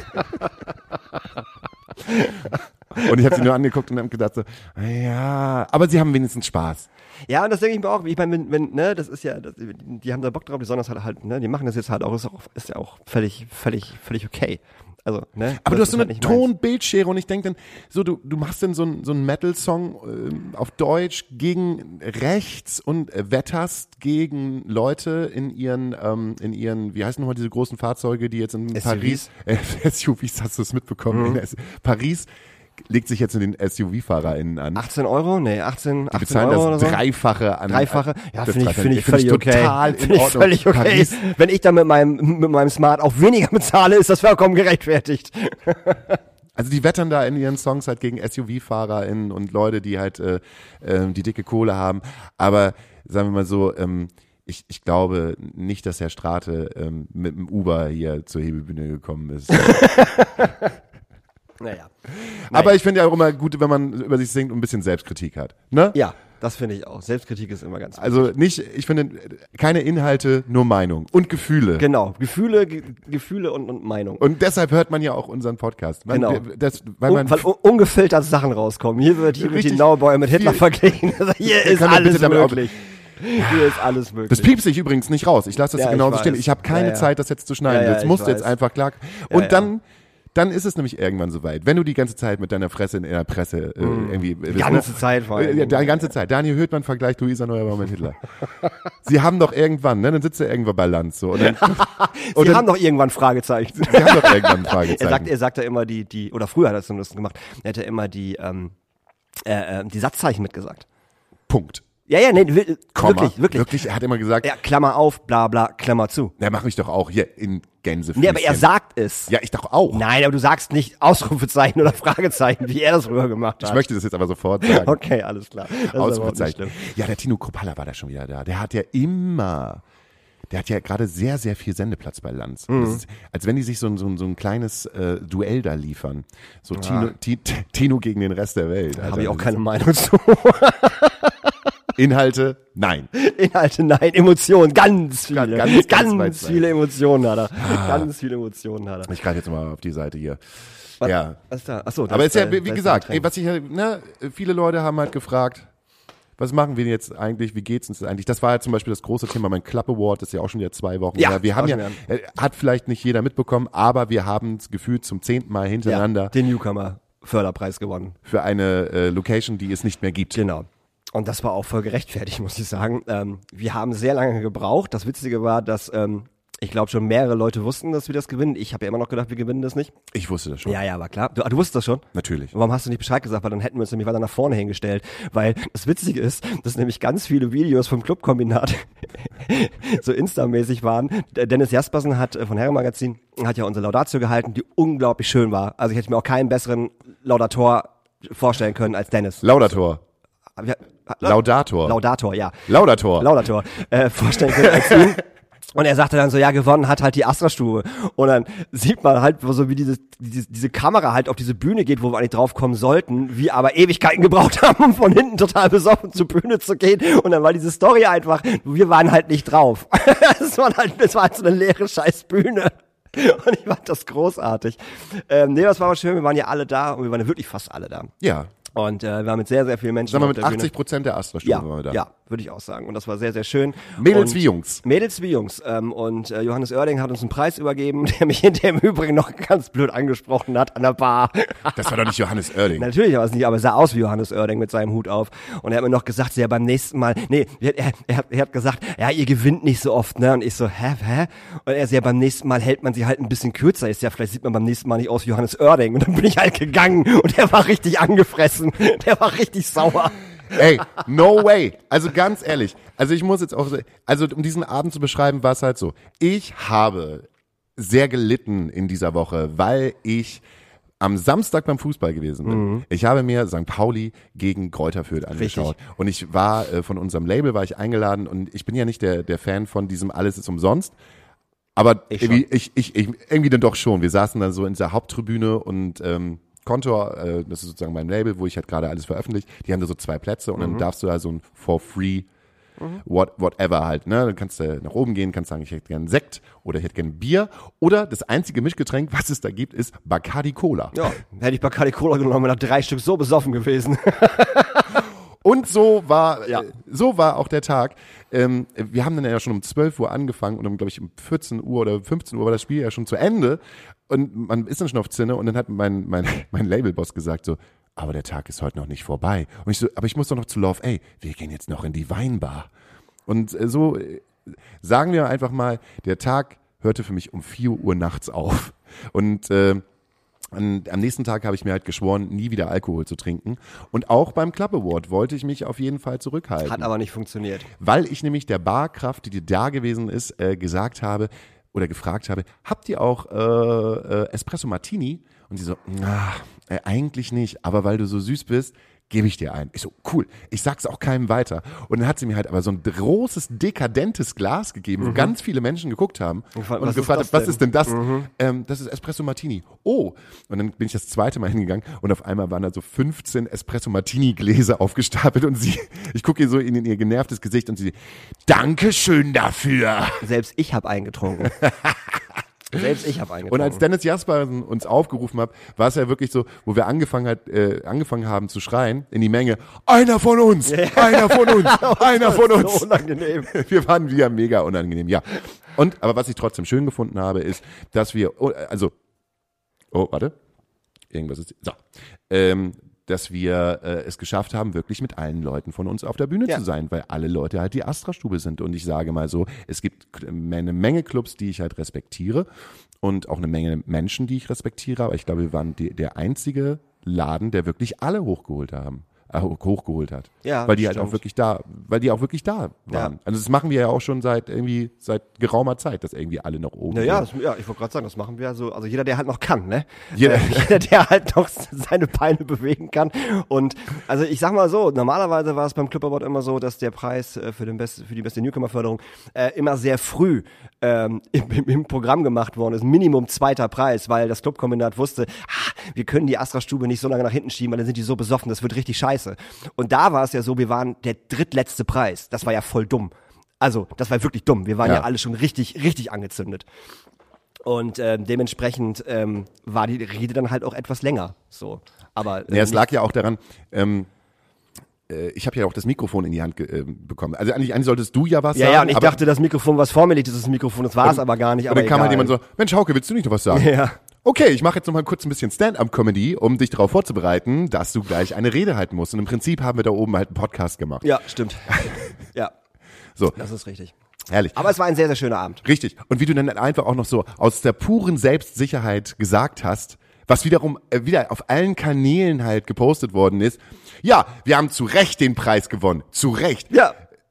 Und ich habe sie nur angeguckt und habe gedacht so, ja, aber sie haben wenigstens Spaß. Ja, und das denke ich mir auch. Ich meine, wenn, wenn, ne, das ist ja, das, die haben da Bock drauf, die sollen das halt, halt, ne, die machen das jetzt halt auch, ist, auch, ist ja auch völlig, völlig, völlig okay. Also, ne. Aber du das hast so ist eine halt nicht meins. Ton-Bildschere und ich denke dann, so du, du machst dann so einen so einen Metal-Song ähm, auf Deutsch gegen rechts und äh, wetterst gegen Leute in ihren, ähm, in ihren, wie heißen nochmal diese großen Fahrzeuge, die jetzt in S U Vs? Paris, äh, S U Vs, hast du es mitbekommen, Mhm. in S Paris legt sich jetzt in den S U V-FahrerInnen an. achtzehn Euro? Nee, achtzehn, Die achtzehn bezahlen Euro oder das so? Dreifache an. Dreifache? Ja, das finde ich, Dreifache. finde ich Find völlig okay. total in Finde ich Ordnung. völlig okay. Paris, Wenn ich dann mit meinem, mit meinem Smart auch weniger bezahle, ist das vollkommen gerechtfertigt. also die wettern da in ihren Songs halt gegen S U V-FahrerInnen und Leute, die halt äh, äh, die dicke Kohle haben. Aber sagen wir mal so, ähm, ich, ich glaube nicht, dass Herr Strate ähm, mit dem Uber hier zur Hebebühne gekommen ist. Naja. Aber ich finde ja auch immer gut, wenn man über sich singt und ein bisschen Selbstkritik hat. Ne? Ja, das finde ich auch. Selbstkritik ist immer ganz wichtig. Also nicht, ich finde, keine Inhalte, nur Meinung und Gefühle. Genau, Gefühle, Ge- Gefühle und, und Meinung. Und deshalb hört man ja auch unseren Podcast. Man, Genau. wir- Das, weil man, Un, weil un, ungefiltert Sachen rauskommen. Hier wird hier mit Richtig die Naubäuer mit Hitler viel- verglichen. Also hier ist kann man alles bitte damit auf- möglich. Hier ist alles möglich. das piepst sich übrigens nicht raus. Ich lasse das Ja, so ich genauso weiß. stehen. Ich habe keine Ja, ja. Zeit, das jetzt zu schneiden. Ja, ja, das ich musst du jetzt weiß. einfach klar. Und ja. dann, dann ist es nämlich irgendwann soweit. Wenn du die ganze Zeit mit deiner Fresse in der Presse äh, irgendwie Die ganze Zeit vor allem. Ja, die ganze Zeit. Daniel Höhtmann vergleicht Luisa Neubauer mit Hitler. Sie haben doch irgendwann, ne? Dann sitzt er irgendwann bei Lanz so. Und dann, Sie und dann, haben doch irgendwann Fragezeichen. Sie haben doch irgendwann ein Fragezeichen. Er sagt, er sagt ja immer die, die, oder früher hat er es zumindest gemacht, er hat ja immer die, ähm, äh, äh, die Satzzeichen mitgesagt. Punkt. Ja, ja, nee, wi- Komma. wirklich, wirklich. Wirklich, er hat immer gesagt, Ja, Klammer auf, bla, bla, Klammer zu. na, mach mich doch auch hier in Gänsefüßchen. Nee, aber er sagt es. Ja, ich doch auch. Nein, aber du sagst nicht Ausrufezeichen oder Fragezeichen, wie er das früher gemacht hat. Ich möchte das jetzt aber sofort sagen. Okay, alles klar. Das ist überhaupt nicht Ausrufezeichen. schlimm. Ja, der Tino Kropalla war da schon wieder da. Der hat ja immer, der hat ja gerade sehr, sehr viel Sendeplatz bei Lanz. Mhm. Das ist, als wenn die sich so ein, so ein, so ein kleines äh, Duell da liefern. So Tino, Ti- Tino gegen den Rest der Welt. Da habe ich Alter. auch keine Meinung zu. Inhalte, nein. Inhalte, nein, Emotionen, ganz viele. Ganz, Ganz, ganz weit weg. viele Emotionen hat er. Ganz viele Emotionen hat er. Ich greife jetzt mal auf die Seite hier. Was, Ja. Was ist da? Achso, Aber ist ja, wie, wie gesagt, ey, was ich, ne, viele Leute haben halt gefragt, was machen wir denn jetzt eigentlich, wie geht's uns eigentlich? Das war ja zum Beispiel das große Thema, mein Club Award, das ist ja auch schon wieder zwei Wochen Ja, her. Wir haben auch ja, schon äh, hat vielleicht nicht jeder mitbekommen, aber wir haben es gefühlt zum zehnten Mal hintereinander ja, den Newcomer-Förderpreis gewonnen. für eine äh, Location, die es nicht mehr gibt. Genau. Und das war auch voll gerechtfertigt, muss ich sagen. Ähm, wir haben sehr lange gebraucht. Das Witzige war, dass ähm, ich glaube schon mehrere Leute wussten, dass wir das gewinnen. Ich habe ja immer noch gedacht, wir gewinnen das nicht. Ich wusste das schon. Ja, ja, war klar. Du, ah, du wusstest das schon? Natürlich. Warum hast du nicht Bescheid gesagt? Weil dann hätten wir uns nämlich weiter nach vorne hingestellt. Weil das Witzige ist, dass nämlich ganz viele Videos vom Clubkombinat so Insta-mäßig waren. Der Dennis Jaspersen hat äh, von Herrenmagazin hat ja unsere Laudatio gehalten, die unglaublich schön war. Also ich hätte mir auch keinen besseren Laudator vorstellen können als Dennis. Laudator. Wir, Laudator. Laudator, ja. Laudator. Laudator. Äh, vorstellen können als ihn. Und er sagte dann so, ja, gewonnen hat halt die Astra-Stube. Und dann sieht man halt so, wie diese, diese, diese Kamera halt auf diese Bühne geht, wo wir eigentlich drauf kommen sollten, wir aber Ewigkeiten gebraucht haben, um von hinten total besoffen zur Bühne zu gehen. Und dann war diese Story einfach, wir waren halt nicht drauf. Es war halt, es war halt so eine leere scheiß Bühne. Und ich fand das großartig. Ähm, nee, das war aber schön, wir waren ja alle da und wir waren ja wirklich fast alle da. Ja. Und äh, wir haben mit sehr, sehr vielen Menschen Sagen wir auf mit der achtzig Bühne. Prozent der Astra-Stube Ja, waren wir da. ja, würde ich auch sagen. Und das war sehr, sehr schön. Mädels und wie Jungs. Mädels wie Jungs. Ähm, und äh, Johannes Oerding hat uns einen Preis übergeben, der mich hinterher im Übrigen noch ganz blöd angesprochen hat an der Bar. Das war doch nicht Johannes Oerding. Natürlich war es nicht, aber er sah aus wie Johannes Oerding mit seinem Hut auf. Und er hat mir noch gesagt, so, ja, beim nächsten Mal, nee, er, er, er, hat, er hat gesagt, ja, ihr gewinnt nicht so oft, ne? Und ich so, hä, hä? Und er so, ja, beim nächsten Mal hält man sie halt ein bisschen kürzer. Ist ja, vielleicht sieht man beim nächsten Mal nicht aus wie Johannes Oerding. Und dann bin ich halt gegangen und der war richtig angefressen. Der war richtig sauer. Ey, no way. Also ganz ehrlich. Also ich muss jetzt auch, also um diesen Abend zu beschreiben, war es halt so. Ich habe sehr gelitten in dieser Woche, weil ich am Samstag beim Fußball gewesen bin. Mhm. Ich habe mir Sankt Pauli gegen Greuther Fürth angeschaut. Richtig. Und ich war, äh, von unserem Label war ich eingeladen und ich bin ja nicht der, der Fan von diesem Alles ist umsonst. Aber ich irgendwie, ich, ich, ich, irgendwie dann doch schon. Wir saßen dann so in dieser Haupttribüne und ähm, Kontor, äh, das ist sozusagen mein Label, wo ich halt gerade alles veröffentliche, die haben da so zwei Plätze und mhm. dann darfst du da so ein for free mhm. what, whatever halt, ne? Dann kannst du nach oben gehen, kannst sagen, ich hätte gerne Sekt oder ich hätte gerne Bier oder das einzige Mischgetränk, was es da gibt, ist Bacardi Cola. Ja, hätte ich Bacardi Cola genommen, wäre nach drei Stück so besoffen gewesen. Und so war, ja. äh, so war auch der Tag. Ähm, wir haben dann ja schon um zwölf Uhr angefangen und um, glaube ich, um vierzehn Uhr oder fünfzehn Uhr war das Spiel ja schon zu Ende. Und man ist dann schon auf Zinne und dann hat mein, mein, mein Labelboss gesagt so, aber der Tag ist heute noch nicht vorbei. Und ich so, aber ich muss doch noch zu Love, ey, wir gehen jetzt noch in die Weinbar. Und äh, so äh, sagen wir einfach mal, der Tag hörte für mich um vier Uhr nachts auf. Und äh, Und am nächsten Tag habe ich mir halt geschworen, nie wieder Alkohol zu trinken. Und auch beim Club Award wollte ich mich auf jeden Fall zurückhalten. Hat aber nicht funktioniert. Weil ich nämlich der Barkraft, die da gewesen ist, äh, gesagt habe oder gefragt habe, habt ihr auch äh, äh, Espresso Martini? Und sie so, ach, äh, eigentlich nicht, aber weil du so süß bist, gebe ich dir ein. Ich so, cool, ich sag's auch keinem weiter. Und dann hat sie mir halt aber so ein großes, dekadentes Glas gegeben, wo ganz viele Menschen geguckt haben und, was gefragt ist haben, das was ist denn das? Ähm, das ist Espresso Martini. Oh, und dann bin ich das zweite Mal hingegangen und auf einmal waren da so fünfzehn Espresso Martini Gläser aufgestapelt und sie, ich gucke ihr so in ihr genervtes Gesicht und sie, Dankeschön dafür. Selbst ich habe eingetrunken. Selbst ich habe eingetrunken. Und als Dennis Jaspersen uns aufgerufen hat, war es ja wirklich so, wo wir angefangen, hat, äh, angefangen haben zu schreien in die Menge, einer von uns, ja. einer von uns, einer von uns. So unangenehm. Wir waren wieder mega unangenehm, ja. Und, aber was ich trotzdem schön gefunden habe, ist, dass wir, oh, also, oh, warte, irgendwas ist, so, ähm, dass wir äh, es geschafft haben, wirklich mit allen Leuten von uns auf der Bühne ja. zu sein, weil alle Leute halt die Astra-Stube sind. Und ich sage mal so, es gibt eine Menge Clubs, die ich halt respektiere und auch eine Menge Menschen, die ich respektiere, aber ich glaube, wir waren die, der einzige Laden, der wirklich alle hochgeholt haben. Äh, hochgeholt hat. Ja, weil die halt stimmt. auch wirklich da, weil die auch wirklich da waren. Ja. Also das machen wir ja auch schon seit irgendwie, seit geraumer Zeit, dass irgendwie alle noch oben Naja, sind. das, ja, ich wollte gerade sagen, das machen wir so, also jeder, der halt noch kann, ne? Jeder- äh, jeder, der halt noch seine Beine bewegen kann. Und also ich sag mal so, normalerweise war es beim Club Award immer so, dass der Preis äh, für den best, für die beste Newcomer-Förderung äh, immer sehr früh ähm, im, im, im Programm gemacht worden ist. Minimum zweiter Preis, weil das Clubkombinat wusste, ah, wir können die Astra-Stube nicht so lange nach hinten schieben, weil dann sind die so besoffen, das wird richtig scheiße. Und da war es ja so, wir waren der drittletzte Preis. Das war ja voll dumm. Also, das war wirklich dumm. Wir waren ja, Ja. alle schon richtig, richtig angezündet. Und ähm, dementsprechend ähm, war die Rede dann halt auch etwas länger. So, aber äh, Ja, es nicht- lag ja auch daran, ähm, äh, ich habe ja auch das Mikrofon in die Hand ge- äh, bekommen. Also eigentlich, eigentlich solltest du ja was ja, sagen. ja, und ich aber, dachte, das Mikrofon, was vor mir liegt, ist das Mikrofon. Das war es aber gar nicht. und Aber dann kam halt egal. jemand so, Mensch Hauke, willst du nicht noch was sagen? Ja. Okay, ich mache jetzt noch mal kurz ein bisschen Stand-up-Comedy, um dich darauf vorzubereiten, dass du gleich eine Rede halten musst. Und im Prinzip haben wir da oben halt einen Podcast gemacht. Ja, stimmt. Ja, So, das ist richtig. herrlich. Aber es war ein sehr, sehr schöner Abend. Richtig. Und wie du dann einfach auch noch so aus der puren Selbstsicherheit gesagt hast, was wiederum äh, wieder auf allen Kanälen halt gepostet worden ist. Ja, wir haben zu Recht den Preis gewonnen. Zu Recht. Ja.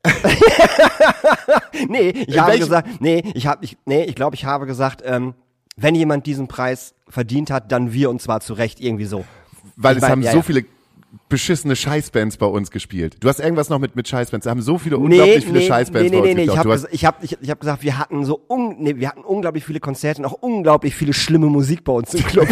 nee, ich In habe welchem- gesagt, nee, ich habe ich nee, ich glaube, ich habe gesagt, ähm, wenn jemand diesen Preis verdient hat, dann wir, und zwar zu Recht, irgendwie so. Weil Ich es mein, haben ja, so ja. viele beschissene Scheißbands bei uns gespielt. Du hast irgendwas noch mit, mit Scheißbands. Da haben so viele, unglaublich viele Scheißbands nee, bei nee, uns nee, ich getaucht. habe Du hast- ich hab, ich, ich hab gesagt, wir hatten so un, nee, wir hatten unglaublich viele Konzerte und auch unglaublich viele schlimme Musik bei uns im Club.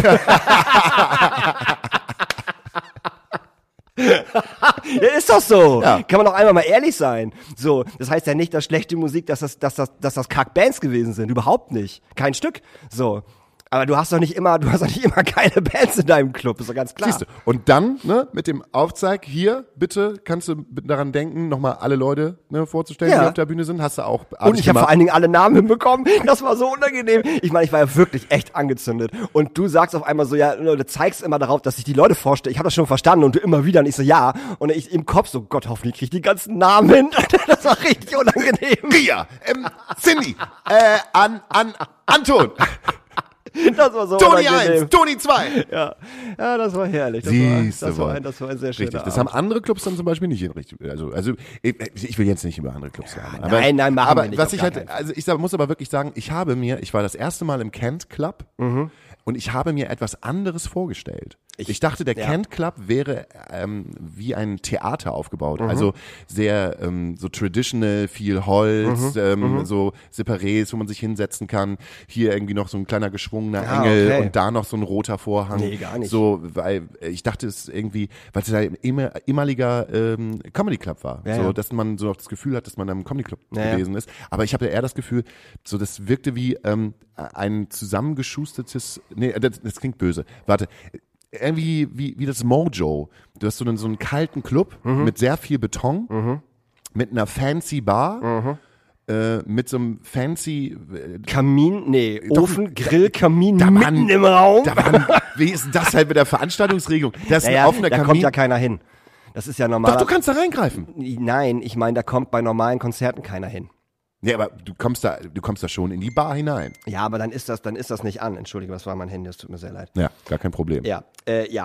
Ja, ist doch so. Ja. Kann man doch einmal mal ehrlich sein. So, das heißt ja nicht, dass schlechte Musik, dass das, dass das, dass das Kack-Bands gewesen sind. Überhaupt nicht. Kein Stück. So. Aber du hast doch nicht immer, du hast doch nicht immer geile Bands in deinem Club. Ist doch ganz klar. Siehst du. Und dann, ne, mit dem Aufzeig hier, bitte, kannst du daran denken, nochmal alle Leute ne, vorzustellen, Ja. die auf der Bühne sind. Hast du auch. hab Und ich habe gemacht. vor allen Dingen alle Namen hinbekommen. Das war so unangenehm. Ich meine, ich war ja wirklich echt angezündet. Und du sagst auf einmal so, ja, du zeigst immer darauf, dass ich die Leute vorstelle. Ich habe das schon verstanden und du immer wieder. Und ich so, ja. Und ich im Kopf so, Gott, hoffentlich krieg ich die ganzen Namen hin. Das war richtig unangenehm. Ria, ähm, Cindy, äh, an, an, Anton, Das war so Toni unangenehm. eins, Toni zwei. Ja. Ja, das war herrlich. Das, Siehste war, das, war wohl. ein, das war ein sehr schöner Richtig, das Abend. haben andere Clubs dann zum Beispiel nicht in richtig. Also, also ich, ich will jetzt nicht über andere Clubs sagen. Aber, nein, nein, machen aber wir nicht, was auf ich gar halt, keinen Fall. also ich sag, muss aber wirklich sagen, ich habe mir, ich war das erste Mal im Kent Club Mhm. und ich habe mir etwas anderes vorgestellt. Ich, dachte, der ja. Kent Club wäre ähm, wie ein Theater aufgebaut. Mhm. Also sehr ähm, so traditional, viel Holz, Mhm. ähm, so Separés, wo man sich hinsetzen kann. Hier irgendwie noch so ein kleiner geschwungener Ah, Engel okay. und da noch so ein roter Vorhang. Nee, gar nicht. So, weil äh, ich dachte, es irgendwie, weil es ja ein immer, ehemaliger ähm, Comedy Club war. Ja, so, ja. dass man so auch das Gefühl hat, dass man im Comedy Club Ja, ja. gewesen ist. Aber ich habe eher das Gefühl, so das wirkte wie ähm, ein zusammengeschustertes, nee, das, das klingt böse. Warte. Irgendwie wie, wie das Mojo. Du hast so einen, so einen kalten Club Mhm. mit sehr viel Beton, mit einer fancy Bar, äh, mit so einem fancy äh, Kamin, nee, Doch, Ofen, Grill, Kamin da mitten waren- im Raum. Da waren, wie ist denn das halt mit der Veranstaltungsregelung? Das ist ja, ein ja, offener da Kamin. kommt ja keiner hin. Das ist ja normal. Doch, du kannst da reingreifen. Nein, ich meine, da kommt bei normalen Konzerten keiner hin. Ja, aber du kommst da, du kommst da schon in die Bar hinein. Ja, aber dann ist das, dann ist das nicht an. Entschuldige, das war mein Handy, das tut mir sehr leid. Ja, gar kein Problem. Ja, äh, ja.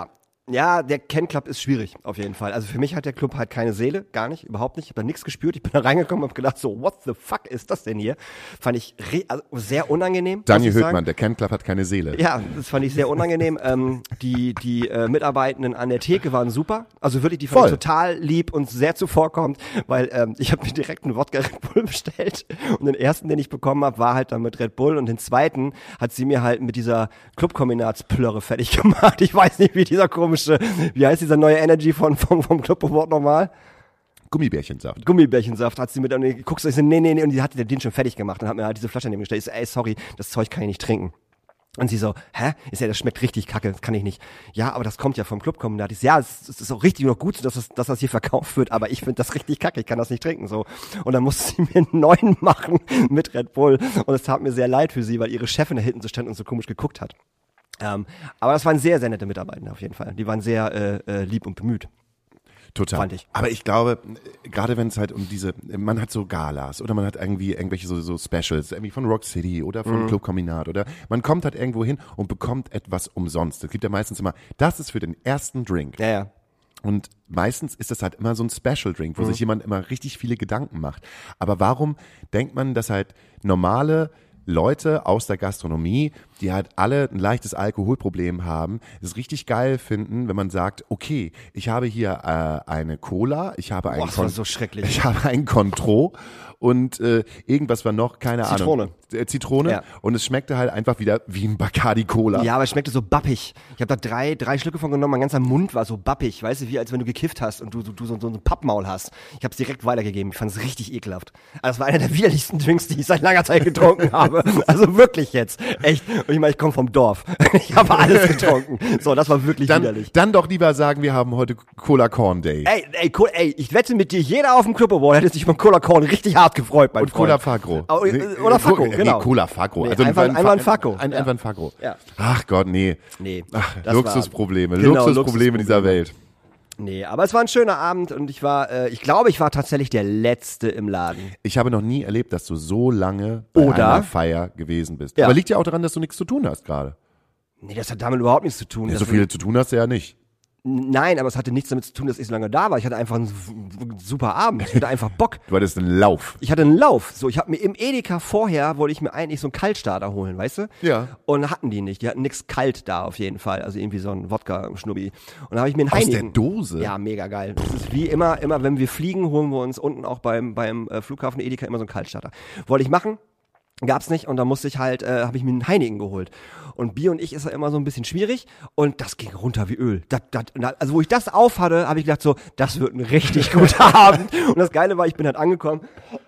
Ja, der Ken Club ist schwierig, auf jeden Fall. Also für mich hat der Club halt keine Seele, gar nicht, überhaupt nicht. Ich habe da nichts gespürt. Ich bin da reingekommen und habe gedacht so, what the fuck ist das denn hier? Fand ich re- also sehr unangenehm. Daniel muss ich sagen. Höhtmann, der Ken Club hat keine Seele. Ja, das fand ich sehr unangenehm. ähm, die die äh, Mitarbeitenden an der Theke waren super. Also wirklich, die fand ich Voll. total lieb und sehr zuvorkommend, weil ähm, ich habe mir direkt einen Wodka Red Bull bestellt und den ersten, den ich bekommen habe, war halt dann mit Red Bull und den zweiten hat sie mir halt mit dieser Clubkombinatsplörre fertig gemacht. Ich weiß nicht, wie dieser komische, wie heißt dieser neue Energy von vom, vom Club Award nochmal? Gummibärchensaft. Gummibärchensaft hat sie mit, und ich guckst, ich so, nee, nee, nee, und die hatte den schon fertig gemacht und hat mir halt diese Flasche neben gestellt. Ich so, ey, sorry, das Zeug kann ich nicht trinken. Und sie so, hä? Ist ja, das schmeckt richtig kacke, das kann ich nicht. Ja, aber das kommt ja vom Clubkombinat. Ich so, ja, es, es ist auch richtig und auch gut, so, dass das, dass das hier verkauft wird, aber ich finde das richtig kacke, ich kann das nicht trinken, so. Und dann musste sie mir einen neuen machen mit Red Bull. Und es tat mir sehr leid für sie, weil ihre Chefin da hinten so stand und so komisch geguckt hat. Ähm, aber das waren sehr, sehr nette Mitarbeiter auf jeden Fall. Die waren sehr äh, äh, lieb und bemüht. Total. Fand ich. Aber ich glaube, gerade wenn es halt um diese, man hat so Galas oder man hat irgendwie irgendwelche so, so Specials, irgendwie von Rock City oder von Mhm. Club Kombinat oder man kommt halt irgendwo hin und bekommt etwas umsonst. Es gibt ja meistens immer, das ist für den ersten Drink. Ja, ja. Und meistens ist das halt immer so ein Special Drink, wo Mhm. sich jemand immer richtig viele Gedanken macht. Aber warum denkt man, dass halt normale Leute aus der Gastronomie, die halt alle ein leichtes Alkoholproblem haben, es richtig geil finden, wenn man sagt, okay, ich habe hier äh, eine Cola, ich habe einen Boah, das war so schrecklich. ich habe einen Contro und äh, irgendwas war noch, keine Zitrone. Ahnung. Äh, Zitrone. Ja. Und es schmeckte halt einfach wieder wie ein Bacardi Cola. Ja, aber es schmeckte so bappig. Ich habe da drei, drei Schlücke von genommen, mein ganzer Mund war so bappig, weißt du, wie als wenn du gekifft hast und du, du, du so, so ein Pappmaul hast. Ich habe es direkt weitergegeben, ich fand es richtig ekelhaft. Also das war einer der widerlichsten Drinks, die ich seit langer Zeit getrunken habe. Also wirklich jetzt, echt. Und ich meine, ich komme vom Dorf. Ich habe alles getrunken. So, das war wirklich Dann, widerlich. dann doch lieber sagen, wir haben heute Cola Corn Day. Ey, ey, cool, ey, ich wette mit dir, jeder auf dem Club Award hätte sich von Cola Corn richtig hart gefreut, mein Und Freund. Cola Fagro. Oh, äh, Nee, oder äh, Facco, nee, genau. Cola Fagro. Nee, Also einfach- ein, einfach ein Facco. Ein, Ja. einfach ein Fagro. Ja. Ach Gott, nee. Nee. Ach, das Luxusprobleme, war- genau, Luxusprobleme dieser Luxusprobleme. Welt. Nee, aber es war ein schöner Abend und ich war, äh, ich glaube, ich war tatsächlich der Letzte im Laden. Ich habe noch nie erlebt, dass du so lange bei Oder? einer Feier gewesen bist. Ja. Aber liegt ja auch daran, dass du nichts zu tun hast gerade. Nee, das hat damit überhaupt nichts zu tun. Ja, Das so viel zu tun hast du ja nicht. Nein, aber es hatte nichts damit zu tun, dass ich so lange da war. Ich hatte einfach einen s- super Abend. Ich hatte einfach Bock. Du hattest einen Lauf. Ich hatte einen Lauf. So, ich habe mir im Edeka vorher, wollte ich mir eigentlich so einen Kaltstarter holen, weißt du? Ja. Und hatten die nicht. Die hatten nichts kalt da auf jeden Fall. Also irgendwie so ein Wodka-Schnubbi. Und da habe ich mir einen Aus der Heineken. Dose? Ja, mega geil. Das ist wie immer, immer wenn wir fliegen, holen wir uns unten auch beim, beim äh, Flughafen Edeka immer so einen Kaltstarter. Wollte ich machen. Gab's nicht und dann musste ich halt, äh, habe ich mir einen Heineken geholt. Und Bier und ich ist ja immer so ein bisschen schwierig und das ging runter wie Öl. Das, das, also wo ich das auf hatte, habe ich gedacht so, das wird ein richtig guter Abend. Und das Geile war, ich bin halt angekommen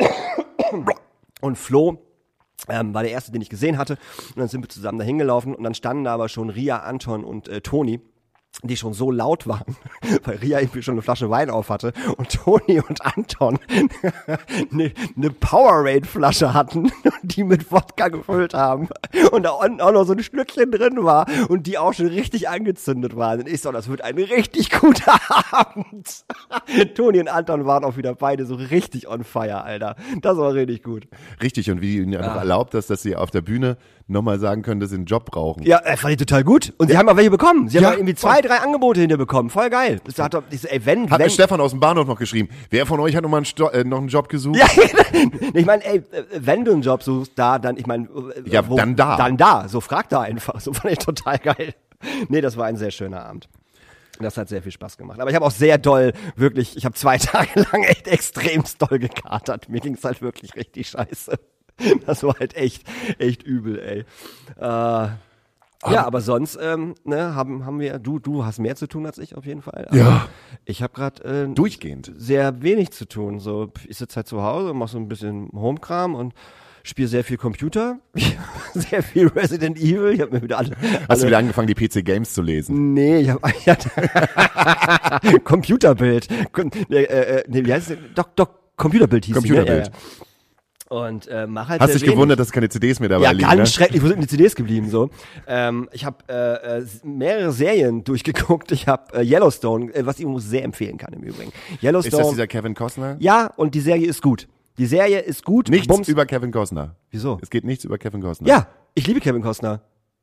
und Flo ähm, war der Erste, den ich gesehen hatte. Und dann sind wir zusammen da hingelaufen und dann standen da aber schon Ria, Anton und äh, Toni, die schon so laut waren, weil Ria irgendwie schon eine Flasche Wein auf hatte und Toni und Anton eine, eine Powerade-Flasche hatten, die mit Wodka gefüllt haben und da unten auch noch so ein Stückchen drin war und die auch schon richtig angezündet waren. Und ich so, das wird ein richtig guter Abend. Toni und Anton waren auch wieder beide so richtig on fire, Alter. Das war richtig gut. Richtig, und wie ihnen einfach Ah. erlaubt das, dass sie auf der Bühne nochmal sagen können, dass sie einen Job brauchen. Ja, äh, fand ich total gut. Und sie haben auch welche bekommen. Sie haben Ja. auch irgendwie zwei, drei Angebote hinterbekommen. Voll geil. Das hat doch, ich so, ey, wenn, Hat wenn. mir Stefan aus dem Bahnhof noch geschrieben. Wer von euch hat noch mal einen, Sto äh, noch einen Job gesucht? Ja, ich meine, ey, wenn du einen Job suchst, da, dann, ich meine, Ja, dann da. Dann da. So frag da einfach. So fand ich total geil. Nee, das war ein sehr schöner Abend. Das hat sehr viel Spaß gemacht. Aber ich habe auch sehr doll, wirklich, ich habe zwei Tage lang echt extremst doll gekatert. Mir ging's halt wirklich richtig scheiße. Das war halt echt, echt übel, ey. Äh, ja, aber sonst ähm, ne, haben haben wir, du du hast mehr zu tun als ich auf jeden Fall. Aber Ja. ich habe gerade äh, Durchgehend. sehr wenig zu tun. So, ich sitze halt zu Hause, mache so ein bisschen Homekram und spiele sehr viel Computer, sehr viel Resident Evil. Ich habe mir wieder alle. Hast alle du wieder angefangen, die P C Games zu lesen? Nee, ich habe ich hatte Computerbild. Kom- Nee, äh, äh, nee, wie heißt es? denn? Doch, doch, Computerbild hieß Computerbild. Die, ne? Ja, ja. Und äh, mach halt Hast sehr dich wenig. gewundert, dass keine C Ds mehr dabei Ja, liegen, ganz ne? schrecklich. Wo sind denn die C Ds geblieben so? Ähm, ich habe äh, äh, mehrere Serien durchgeguckt. Ich habe äh, Yellowstone, äh, was ich übrigens sehr empfehlen kann im Übrigen. Ist Yellowstone. das dieser Kevin Costner? Ja, und die Serie ist gut. Die Serie ist gut. Nichts Bums. über Kevin Costner. Wieso? Es geht nichts über Kevin Costner. Ja, ich liebe Kevin Costner.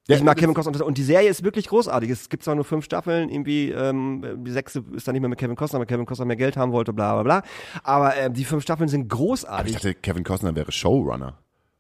Ja, ich mag das- Kevin Costner und die Serie ist wirklich großartig. Es gibt zwar nur fünf Staffeln, irgendwie ähm, die sechste ist dann nicht mehr mit Kevin Costner, weil Kevin Costner mehr Geld haben wollte, bla bla bla. Aber ähm, die fünf Staffeln sind Ich großartig. dachte, Kevin Costner wäre Showrunner.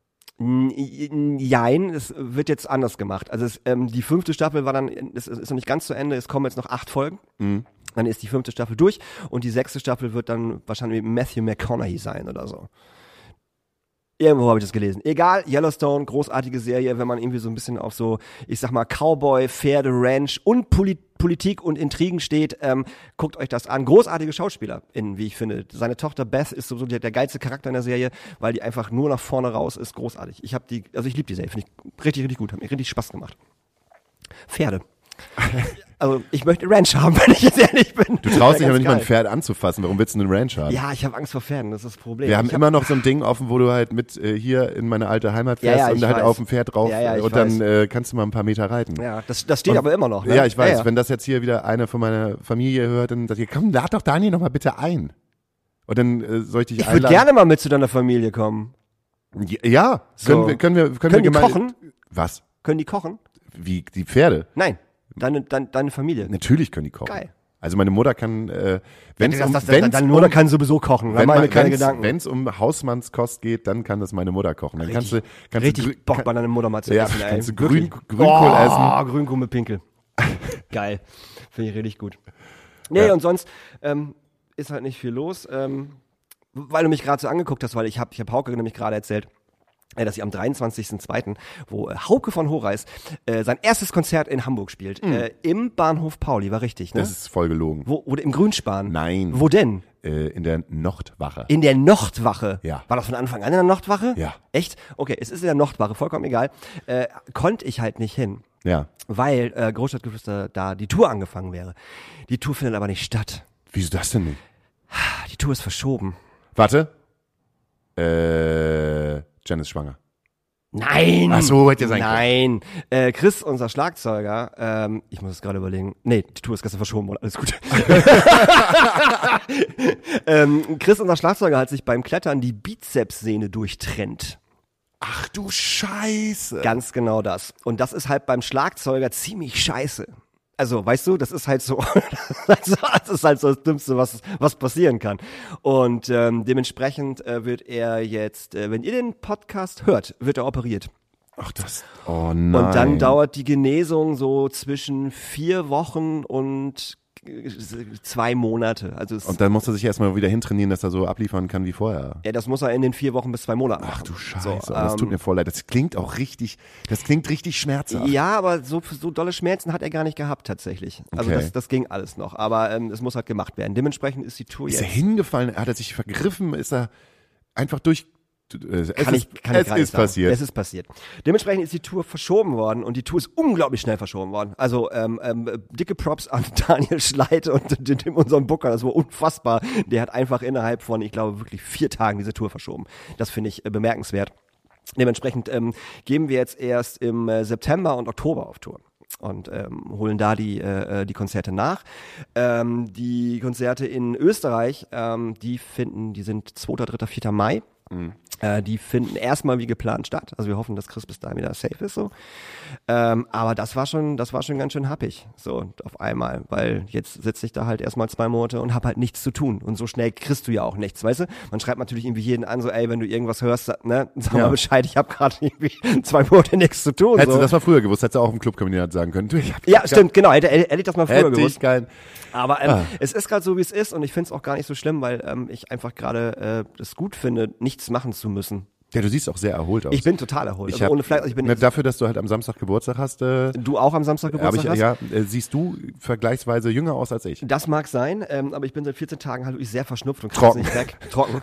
N- Jein, es wird jetzt anders gemacht. Also es, ähm, die fünfte Staffel war dann, es ist noch nicht ganz zu Ende, es kommen jetzt noch acht Folgen. Mhm. Dann ist die fünfte Staffel durch und die sechste Staffel wird dann wahrscheinlich mit Matthew McConaughey sein oder so. Irgendwo habe ich das gelesen. Egal, Yellowstone, großartige Serie, wenn man irgendwie so ein bisschen auf so, ich sag mal, Cowboy, Pferde, Ranch und Poli- Politik und Intrigen steht, ähm, guckt euch das an. Großartige SchauspielerInnen, wie ich finde. Seine Tochter Beth ist so der, der geilste Charakter in der Serie, weil die einfach nur nach vorne raus ist. Großartig. Ich habe die, also ich liebe die Serie, finde ich richtig, richtig gut. Hat mir richtig Spaß gemacht. Pferde. Also ich möchte Ranch haben, wenn ich jetzt ehrlich bin. Du traust dich Ja, aber ganz nicht mal ein geil. Pferd anzufassen. Warum willst du einen Ranch haben? Ja, ich habe Angst vor Pferden, das ist das Problem. Wir haben ich hab, immer noch so ein Ding offen, wo du halt mit äh, hier in meine alte Heimat Ja, fährst ja, und ich halt weiß. auf dem Pferd drauf Ja, ja, ich und dann weiß. äh, kannst du mal ein paar Meter reiten. Ja, das, das steht Und- aber immer noch. Ne? Ja, ich weiß. Ja, ja. Wenn das jetzt hier wieder einer von meiner Familie hört, dann sagt ihr, komm, lad doch Daniel noch mal bitte ein. Und dann äh, soll ich dich Ich würde einladen. gerne mal mit zu deiner Familie kommen. Ja, So. können wir, können wir, können, Können wir die gemein- kochen? Was? Können die kochen? Wie die Pferde? Nein, deine, deine, deine Familie. Natürlich können die kochen. Geil. Also meine Mutter kann, äh, wenn es das, um, das, wenn's deine Mutter um, kann sowieso kochen, da wenn mache ich man, mir keine wenn's, Gedanken. wenn's um Hausmannskost geht, dann kann das meine Mutter kochen. Dann kannst du, kannst Richtig du, grü- Bock bei deiner Mutter mal zu Ja, essen, ey. kannst du Wirklich. Grün- Grünkohl oh, essen. Grünkohl mit Pinkel. Geil. Finde ich richtig gut. Nee, Ja. und sonst ähm, ist halt nicht viel los, ähm, weil du mich gerade so angeguckt hast, weil ich habe ich hab Hauke nämlich gerade erzählt, äh, dass sie am dreiundzwanzigsten zweiten, wo äh, Hauke von Horeis äh, sein erstes Konzert in Hamburg spielt, äh, im Bahnhof Pauli, war richtig, ne? das ist voll gelogen. Wo, oder im Grünspan? Nein. Wo denn? Äh, in der Nordwache. In der Nordwache. Ja. War das von Anfang an in der Nordwache? Ja. Echt? Okay, es ist in der Nordwache, vollkommen egal. Äh, konnte ich halt nicht hin, Ja. weil äh, Großstadtgeflüster da die Tour angefangen wäre. Die Tour findet aber nicht statt. Wieso das denn nicht? Die Tour ist verschoben. Warte. Äh, Jen ist schwanger. Nein! Ach so, hätte ja sein Nein! Äh, Chris, unser Schlagzeuger, ähm, ich muss es gerade überlegen. Nee, die Tour ist gestern verschoben worden, alles gut. ähm, Chris, unser Schlagzeuger, hat sich beim Klettern die Bizepssehne durchtrennt. Ach du Scheiße. Ganz genau das. Und das ist halt beim Schlagzeuger ziemlich scheiße. Also, weißt du, das ist halt so, das ist halt so das Dümmste, was, was passieren kann. Und ähm, dementsprechend äh, wird er jetzt, äh, wenn ihr den Podcast hört, wird er operiert. Ach das. Oh nein. Und dann dauert die Genesung so zwischen vier Wochen und äh, zwei Monate. Also es, Und dann muss er sich erstmal wieder hintrainieren, dass er so abliefern kann wie vorher. ja, das muss er in den vier Wochen bis zwei Monaten machen. Ach du Scheiße. So, das tut ähm, mir voll leid. Das klingt auch richtig, das klingt richtig schmerzhaft. Ja, aber so, so dolle Schmerzen hat er gar nicht gehabt tatsächlich. Also Okay. das, das ging alles noch. Aber ähm, es muss halt gemacht werden. Dementsprechend ist die Tour Ist jetzt. er hingefallen? Hat er sich vergriffen? Ist er einfach durch... Es Kann ist, ich, kann es ich gar nicht ist sagen. passiert. Es ist passiert. Dementsprechend ist die Tour verschoben worden und die Tour ist unglaublich schnell verschoben worden. Also ähm, ähm, dicke Props an Daniel Schleit und dem, dem unserem Booker. Das war unfassbar. Der hat einfach innerhalb von, ich glaube, wirklich vier Tagen diese Tour verschoben. Das finde ich äh, bemerkenswert. Dementsprechend ähm, gehen wir jetzt erst im äh, September und Oktober auf Tour und ähm, holen da die äh, die Konzerte nach. Ähm, die Konzerte in Österreich, ähm, die finden, die sind zweiter, dritter, vierter Mai. Mhm. Äh, die finden erstmal wie geplant statt. Also wir hoffen, dass Chris bis dahin wieder safe ist. So, ähm, aber das war schon, das war schon ganz schön happig. So und auf einmal, weil jetzt sitze ich da halt erstmal zwei Monate und habe halt nichts zu tun. Und so schnell kriegst du ja auch nichts, weißt du? Man schreibt natürlich irgendwie jeden an, so, ey, wenn du irgendwas hörst, ne, sag Ja. mal Bescheid. Ich habe gerade irgendwie zwei Monate nichts zu tun. Hättest so. du das mal früher gewusst, hättest du auch im Clubkandidat sagen können. Du, ich hab Ja, stimmt, genau. Hätte, hätte ich das mal früher Hätte gewusst. ich kein... Aber ähm, Ah. es ist gerade so, wie es ist und ich finde es auch gar nicht so schlimm, weil ähm, ich einfach gerade äh, es gut finde, nichts machen zu müssen. Ja, du siehst auch sehr erholt aus. Ich bin total erholt. Ich Also hab, ohne Fleiß, also ich bin ne, dafür, dass du halt am Samstag Geburtstag hast, äh, du auch am Samstag hab Geburtstag ich, hast. ja, äh, siehst du vergleichsweise jünger aus als ich. Das mag sein, ähm, aber ich bin seit vierzehn Tagen halt wirklich sehr verschnupft und krieg's Trocken. nicht weg. Trocken.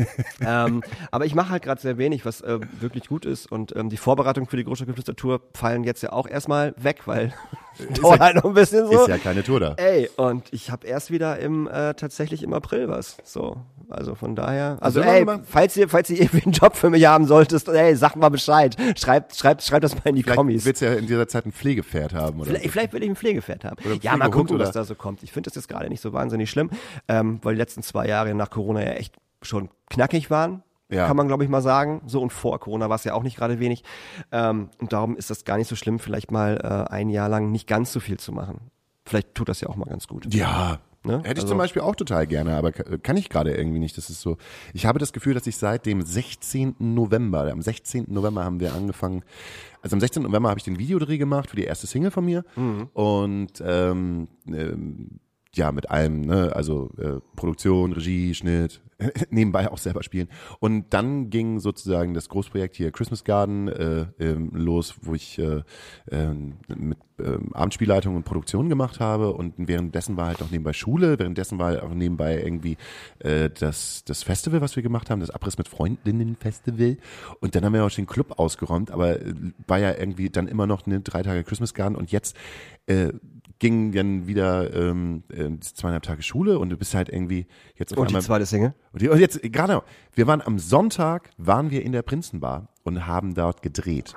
ähm, aber ich mache halt gerade sehr wenig, was äh, wirklich gut ist. Und ähm, die Vorbereitungen für die Großstadtgeflüster-Tour fallen jetzt ja auch erstmal weg, weil dauert halt noch ein bisschen so. Ist ja keine Tour da. Ey, und ich habe erst wieder im äh, tatsächlich im April was. So, also von daher. Also, Also ey, mal- falls ihr falls ihr irgendwie einen Job für mich haben solltest, ey, sag mal Bescheid. Schreibt schreibt schreibt das mal in die Vielleicht Kommis. willst du ja in dieser Zeit ein Pflegepferd haben, oder? Vielleicht, vielleicht will ich ein Pflegepferd haben. Oder ein Ja, mal Pflegehund gucken, was oder- da so kommt. Ich finde das jetzt gerade nicht so wahnsinnig schlimm, ähm, weil die letzten zwei Jahre nach Corona ja echt schon knackig waren. Ja. kann man glaube ich mal sagen. So, und vor Corona war es ja auch nicht gerade wenig. Ähm, und darum ist das gar nicht so schlimm, vielleicht mal äh, ein Jahr lang nicht ganz so viel zu machen. Vielleicht tut das ja auch mal ganz gut. Ja, Ne? hätte ich Also- zum Beispiel auch total gerne, aber ka- kann ich gerade irgendwie nicht. Das ist so. Ich habe das Gefühl, dass ich seit dem sechzehnten November, am sechzehnten November haben wir angefangen, also am sechzehnten November habe ich den Videodreh gemacht für die erste Single von mir Mhm. und ähm, ähm, ja, mit allem, ne, also äh, Produktion, Regie, Schnitt, nebenbei auch selber spielen. Und dann ging sozusagen das Großprojekt hier Christmas Garden äh, ähm, los, wo ich äh, äh, mit äh, Abendspielleitung und Produktion gemacht habe und währenddessen war halt auch nebenbei Schule, währenddessen war halt auch nebenbei irgendwie äh, das das Festival, was wir gemacht haben, das Abriss mit Freundinnen Festival und dann haben wir auch den Club ausgeräumt, aber äh, war ja irgendwie dann immer noch eine drei Tage Christmas Garden und jetzt äh, ging dann wieder ähm, äh, zweieinhalb Tage Schule und du bist halt irgendwie jetzt auf Und die einmal zweite Single? und die- und jetzt gerade, wir waren am Sonntag, waren wir in der Prinzenbar und haben dort gedreht.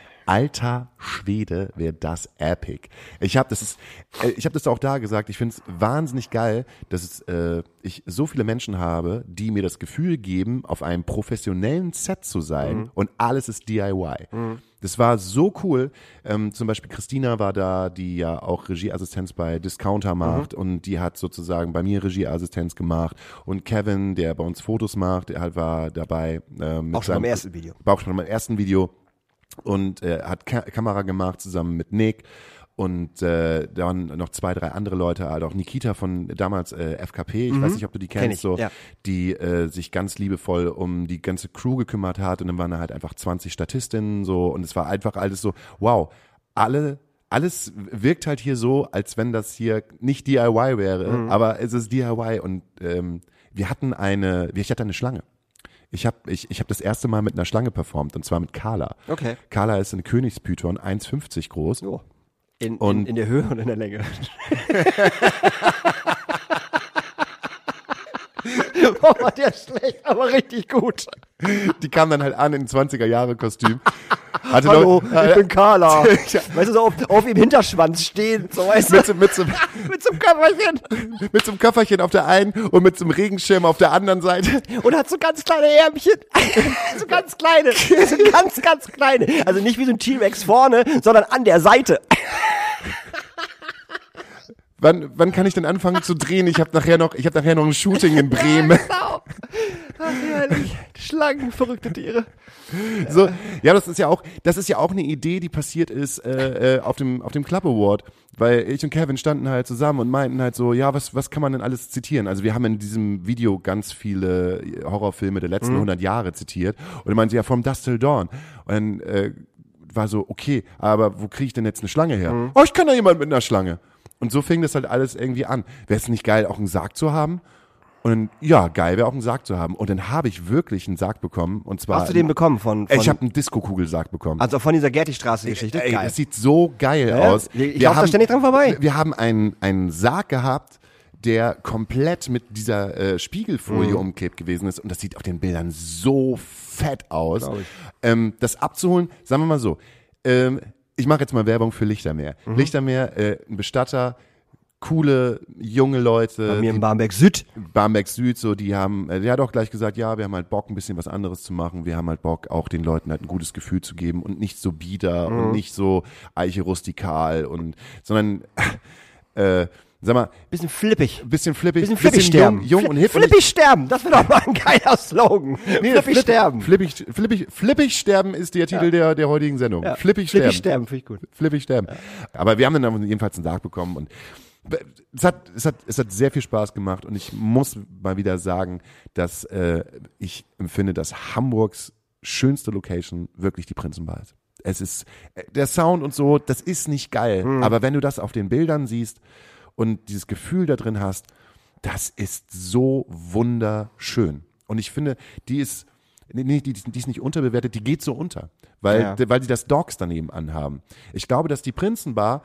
Alter Schwede, wäre das epic. Ich habe das ist, äh, ich habe das auch da gesagt. Ich finde es wahnsinnig geil, dass es, äh, ich so viele Menschen habe, die mir das Gefühl geben, auf einem professionellen Set zu sein Mhm. und alles ist D I Y. Das war so cool. Ähm, zum Beispiel Christina war da, die ja auch Regieassistenz bei Discounter macht Mhm. und die hat sozusagen bei mir Regieassistenz gemacht und Kevin, der bei uns Fotos macht, der halt war dabei. Ähm, mit Auch schon seinem- beim ersten Video. War auch schon beim ersten Video und äh, hat Ka- Kamera gemacht zusammen mit Nick und äh, dann noch zwei, drei andere Leute, halt auch Nikita von damals äh, F K P, ich weiß nicht, ob du die kennst, Kenn ich, so, ja. die äh, sich ganz liebevoll um die ganze Crew gekümmert hat und dann waren da halt einfach zwanzig Statistinnen so und es war einfach alles so, wow, alle alles wirkt halt hier so, als wenn das hier nicht D I Y wäre, Mhm. aber es ist D I Y und ähm, wir hatten eine, ich hatte eine Schlange. Ich habe ich, ich hab das erste Mal mit einer Schlange performt und zwar mit Carla. Okay. Carla ist ein Königspython, eins fünfzig groß. So. In, Und- in, in der Höhe und in der Länge. Oh, war der schlecht, aber richtig gut. Die kam dann halt an in zwanziger-Jahre-Kostüm. Hatte Hallo, noch- ich bin Carla. Ja. Weißt du, so auf, auf ihm Hinterschwanz stehen, so weißt du, mit, so, mit, so, mit so einem Köfferchen. mit so einem Köfferchen auf der einen und mit so einem Regenschirm auf der anderen Seite. Und hat so ganz kleine Ärmchen. So ganz kleine. So ganz, ganz kleine. Also nicht wie so ein T-Rex vorne, sondern an der Seite. Wann, wann kann ich denn anfangen zu drehen? Ich habe nachher noch, ich habe nachher noch ein Shooting in Bremen. Genau. Ach, herrlich. Schlangen, verrückte Tiere. So, ja, das ist ja auch, das ist ja auch eine Idee, die passiert ist äh, äh, auf dem auf dem Club Award, weil ich und Kevin standen halt zusammen und meinten halt so, ja, was was kann man denn alles zitieren? Also wir haben in diesem Video ganz viele Horrorfilme der letzten hundert Jahre zitiert und er meinte ja From Dusk Till Dawn und dann äh, war so, okay, aber wo kriege ich denn jetzt eine Schlange her? Oh, ich kann da jemand mit einer Schlange. Und so fing das halt alles irgendwie an. Wäre es nicht geil, auch einen Sarg zu haben? Und dann, ja, geil wäre auch einen Sarg zu haben. Und dann habe ich wirklich einen Sarg bekommen. Und zwar, Hast du den bekommen von, von ich habe einen Disco-Kugelsarg bekommen. also von dieser Gerti-Straße-Geschichte? Ey, Geil. das sieht so geil Ja, aus. ich lauf da ständig dran vorbei. Wir haben einen, einen Sarg gehabt, der komplett mit dieser äh, Spiegelfolie Mhm. umklebt gewesen ist. Und das sieht auf den Bildern so fett aus. Glaub ich. Ähm, das abzuholen, sagen wir mal so, ähm, ich mache jetzt mal Werbung für Lichtermeer. Mhm. Lichtermeer, äh, ein Bestatter, coole, junge Leute. Bei mir die- in Barmbek Süd. Barmbek Süd, so, die haben, äh, der hat auch gleich gesagt, ja, wir haben halt Bock, ein bisschen was anderes zu machen. Wir haben halt Bock, auch den Leuten halt ein gutes Gefühl zu geben und nicht so bieder Mhm. und nicht so eiche rustikal und, sondern, äh, sag mal, Bisschen flippig. ein bisschen flippig, Bisschen flippig jung, sterben. jung und hip. und Flippig sterben. Das wäre doch mal ein geiler Slogan. Nee, flippig flipp- sterben. Flippig, flippig, flippig sterben ist der Titel der, der heutigen Sendung. Ja. Flippig sterben. Flippig sterben, finde ich gut. Flippig sterben. Aber wir haben dann jedenfalls einen Sarg bekommen und es hat, es hat, es hat sehr viel Spaß gemacht und ich muss mal wieder sagen, dass äh, ich empfinde, dass Hamburgs schönste Location wirklich die Prinzenbar ist. Es ist, äh, der Sound und so, das ist nicht geil, aber wenn du das auf den Bildern siehst und dieses Gefühl da drin hast, das ist so wunderschön. Und ich finde, die ist, nee, die, die ist nicht unterbewertet, die geht so unter, weil, Ja. weil die das Dogs daneben anhaben. Ich glaube, dass die Prinzenbar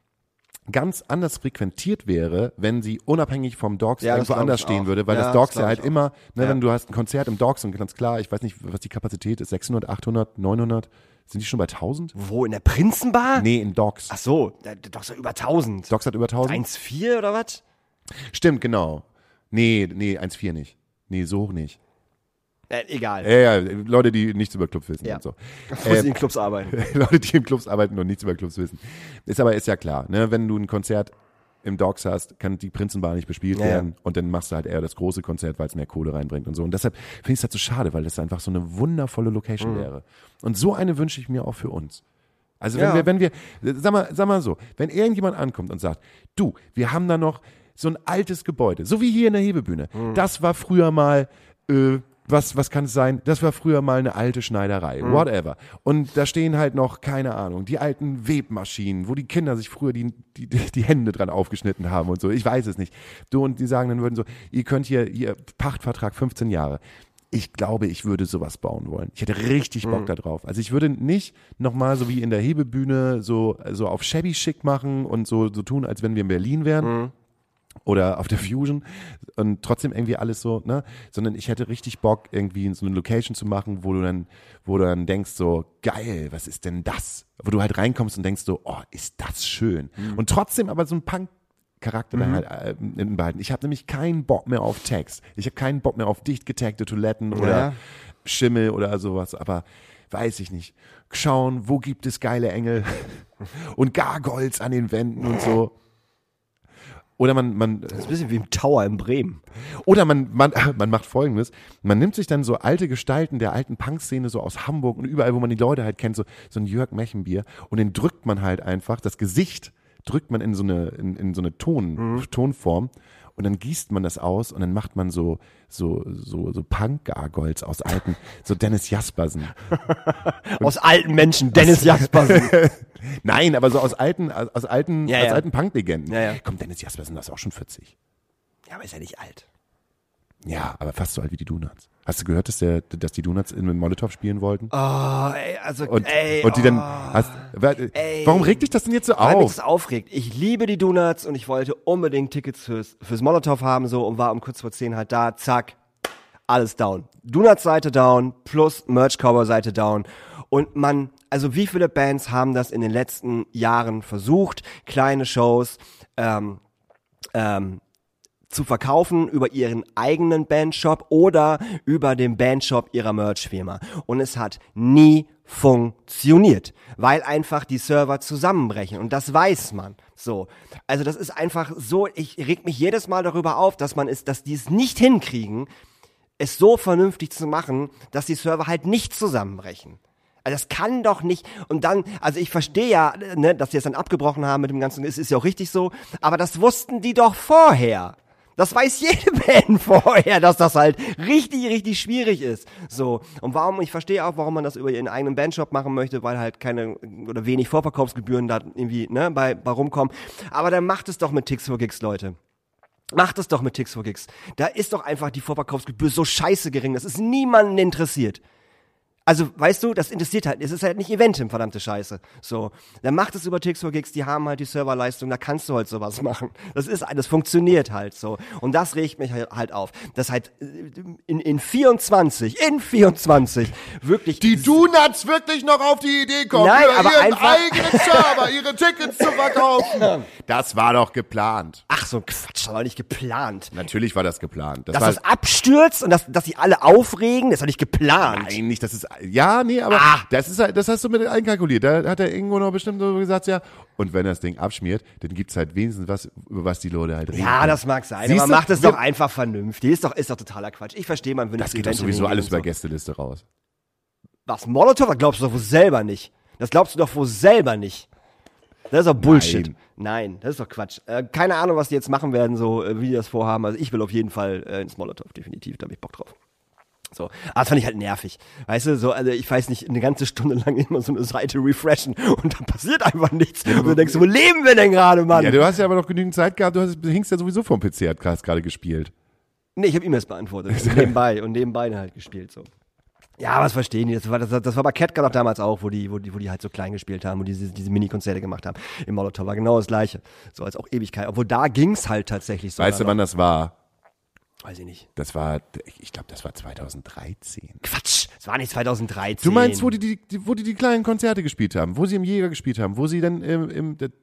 ganz anders frequentiert wäre, wenn sie unabhängig vom Dogs Ja, das irgendwo glaub anders ich stehen auch. würde, weil Ja, das Dogs das glaub ja halt ich auch. immer, ne, Ja. wenn du hast ein Konzert im Dogs und ganz klar, ich weiß nicht, was die Kapazität ist, sechshundert, achthundert, neunhundert, sind die schon bei tausend? Wo, in der Prinzenbar? Nee, in Dogs. Ach so, da- doch so über tausend. Dogs hat über tausend? eins Komma vier oder was? Stimmt, genau. Nee, nee, eins Komma vier nicht. Nee, so hoch nicht. Äh, egal. Ja, ja, Leute, die nichts über Clubs wissen Ja. und so. Wo sie Ähm, in Clubs arbeiten. Leute, die in Clubs arbeiten und nichts über Clubs wissen. Ist aber ist ja klar, ne? Wenn du ein Konzert im Docks hast, kann die Prinzenbar nicht bespielt Ja, werden ja. und dann machst du halt eher das große Konzert, weil es mehr Kohle reinbringt und so. Und deshalb finde ich es halt so schade, weil das einfach so eine wundervolle Location Mhm. wäre. Und so eine wünsche ich mir auch für uns. Also wenn Ja. wir, wenn wir, sag mal, sag mal so, wenn irgendjemand ankommt und sagt, du, wir haben da noch so ein altes Gebäude, so wie hier in der Hebebühne. Mhm. Das war früher mal, äh, was, was kann es sein? Das war früher mal eine alte Schneiderei, Mhm. whatever. Und da stehen halt noch, keine Ahnung, die alten Webmaschinen, wo die Kinder sich früher die, die, die Hände dran aufgeschnitten haben und so. Ich weiß es nicht. Du, und die sagen dann würden so, ihr könnt hier, hier Pachtvertrag fünfzehn Jahre. Ich glaube, ich würde sowas bauen wollen. Ich hätte richtig Bock Mhm. da drauf. Also ich würde nicht nochmal so wie in der Hebebühne so, so auf shabby schick machen und so, so tun, als wenn wir in Berlin wären. Mhm. Oder auf der Fusion und trotzdem irgendwie alles so, ne? Sondern ich hätte richtig Bock, irgendwie in so eine Location zu machen, wo du dann, wo du dann denkst so, geil, was ist denn das? Wo du halt reinkommst und denkst so, oh, ist das schön. Mhm. Und trotzdem aber so ein Punk Charakter dann halt äh, in behalten. Ich habe nämlich keinen Bock mehr auf Text. Ich habe keinen Bock mehr auf dicht getagte Toiletten oder Ja. Schimmel oder sowas, aber weiß ich nicht. Schauen, wo gibt es geile Engel und Gargoyles an den Wänden und so. Oder man, man, Das ist ein bisschen wie im Tower in Bremen. oder man, man, man macht Folgendes. Man nimmt sich dann so alte Gestalten der alten Punk-Szene so aus Hamburg und überall, wo man die Leute halt kennt, so, so ein Jörg Mechenbier und den drückt man halt einfach, das Gesicht drückt man in so eine, in, in so eine Ton, Tonform und dann gießt man das aus und dann macht man so, so, so, so Punk-Gargoyles aus alten, so Dennis Jaspersen. Aus alten Menschen, Dennis Jaspersen. Nein, aber so aus alten, aus alten, Ja, aus ja. alten Punk-Legenden. Ja, ja. Komm, Dennis Jaspersen, das ist auch schon vierzig. Ja, aber ist ja nicht alt. Ja, aber fast so alt wie die Donuts. Hast du gehört, dass, der, dass die Donuts in Molotow spielen wollten? Oh, ey, also, Und, ey, und die dann, oh. hast, wa- Ey. warum regt dich das denn jetzt so Weil mich auf? das aufregt. Ich liebe die Donuts und ich wollte unbedingt Tickets fürs, fürs Molotow haben so und war um kurz vor zehn halt da, zack, alles down. Donuts-Seite down, plus Merch-Cover-Seite down. Und man, also wie viele Bands haben das in den letzten Jahren versucht, kleine Shows, ähm, ähm, zu verkaufen über ihren eigenen Bandshop oder über den Bandshop ihrer Merch-Firma. Und es hat nie funktioniert, weil einfach die Server zusammenbrechen und das weiß man. So, also das ist einfach so, ich reg mich jedes Mal darüber auf, dass man ist, dass die es nicht hinkriegen, es so vernünftig zu machen, dass die Server halt nicht zusammenbrechen. Also das kann doch nicht. Und dann, also ich verstehe ja, ne, dass die es dann abgebrochen haben mit dem Ganzen, ist, ist ja auch richtig so, aber das wussten die doch vorher. Das weiß jede Band vorher, dass das halt richtig, richtig schwierig ist. So. Und warum, ich verstehe auch, warum man das über ihren eigenen Bandshop machen möchte, weil halt keine oder wenig Vorverkaufsgebühren da irgendwie, ne, bei, bei rumkommen. Aber dann macht es doch mit Tix for Gigs, Leute. Macht es doch mit Tix for Gigs. Da ist doch einfach die Vorverkaufsgebühr so scheiße gering, das ist niemanden interessiert. Also, weißt du, das interessiert halt, es ist halt nicht Eventim, verdammte Scheiße. So, dann macht es über Tix for Gigs, die haben halt die Serverleistung, da kannst du halt sowas machen. Das ist, das funktioniert halt so. Und das regt mich halt, halt auf. Das halt in, in vierundzwanzig, in vierundzwanzig, wirklich. Die Donuts wirklich noch auf die Idee kommen, Nein, über aber ihren einfach- eigenen Server ihre Tickets zu verkaufen. Das war doch geplant. Ach, so ein Quatsch, das war nicht geplant. Natürlich war das geplant. Das Dass war, das abstürzt und dass, dass sie alle aufregen, das war nicht geplant. Nein, nicht, das ist, ja, nee, aber Ah. das ist halt, das hast du mit einkalkuliert. Da hat der Ingo noch bestimmt so gesagt, ja, und wenn das Ding abschmiert, dann gibt's halt wenigstens was, über was die Leute halt reden. Ja, können. das mag sein, Siehst aber du, macht es wir- doch einfach vernünftig. Ist doch, ist doch totaler Quatsch. Ich verstehe, man will Das nicht geht doch zu sowieso Eventim alles hingehen über und so. Gästeliste raus. Was, Molotow? Das glaubst du doch wohl selber nicht. Das glaubst du doch wohl selber nicht. Das ist doch Bullshit. Nein. Nein, das ist doch Quatsch. Äh, keine Ahnung, was die jetzt machen werden, so äh, wie die das vorhaben. Also ich will auf jeden Fall äh, ins Molotow, definitiv, da habe ich Bock drauf. So, aber das fand ich halt nervig. Weißt du, so, also ich weiß nicht, eine ganze Stunde lang immer so eine Seite refreshen und dann passiert einfach nichts. Und du denkst, wo leben wir denn gerade, Mann? Ja, du hast ja aber noch genügend Zeit gehabt, du hast, du hingst ja sowieso vom P C, hast gerade gespielt. Nee, ich habe E-Mails beantwortet. Und nebenbei und nebenbei dann halt gespielt, so. Ja, aber das verstehen die. Das war, das, das war bei Catcar doch damals auch, wo die, wo die, wo die halt so klein gespielt haben und diese, diese Mini-Konzerte gemacht haben. Im Molotow war genau das Gleiche. So als auch Ewigkeit. Obwohl da ging's halt tatsächlich so. Weißt du, wann das war? Weiß ich nicht. Das war, ich glaube, das war zweitausenddreizehn. Quatsch! Es war nicht zweitausenddreizehn. Du meinst, wo die, die, die, wo die die kleinen Konzerte gespielt haben, wo sie im Jäger gespielt haben, wo sie dann im, im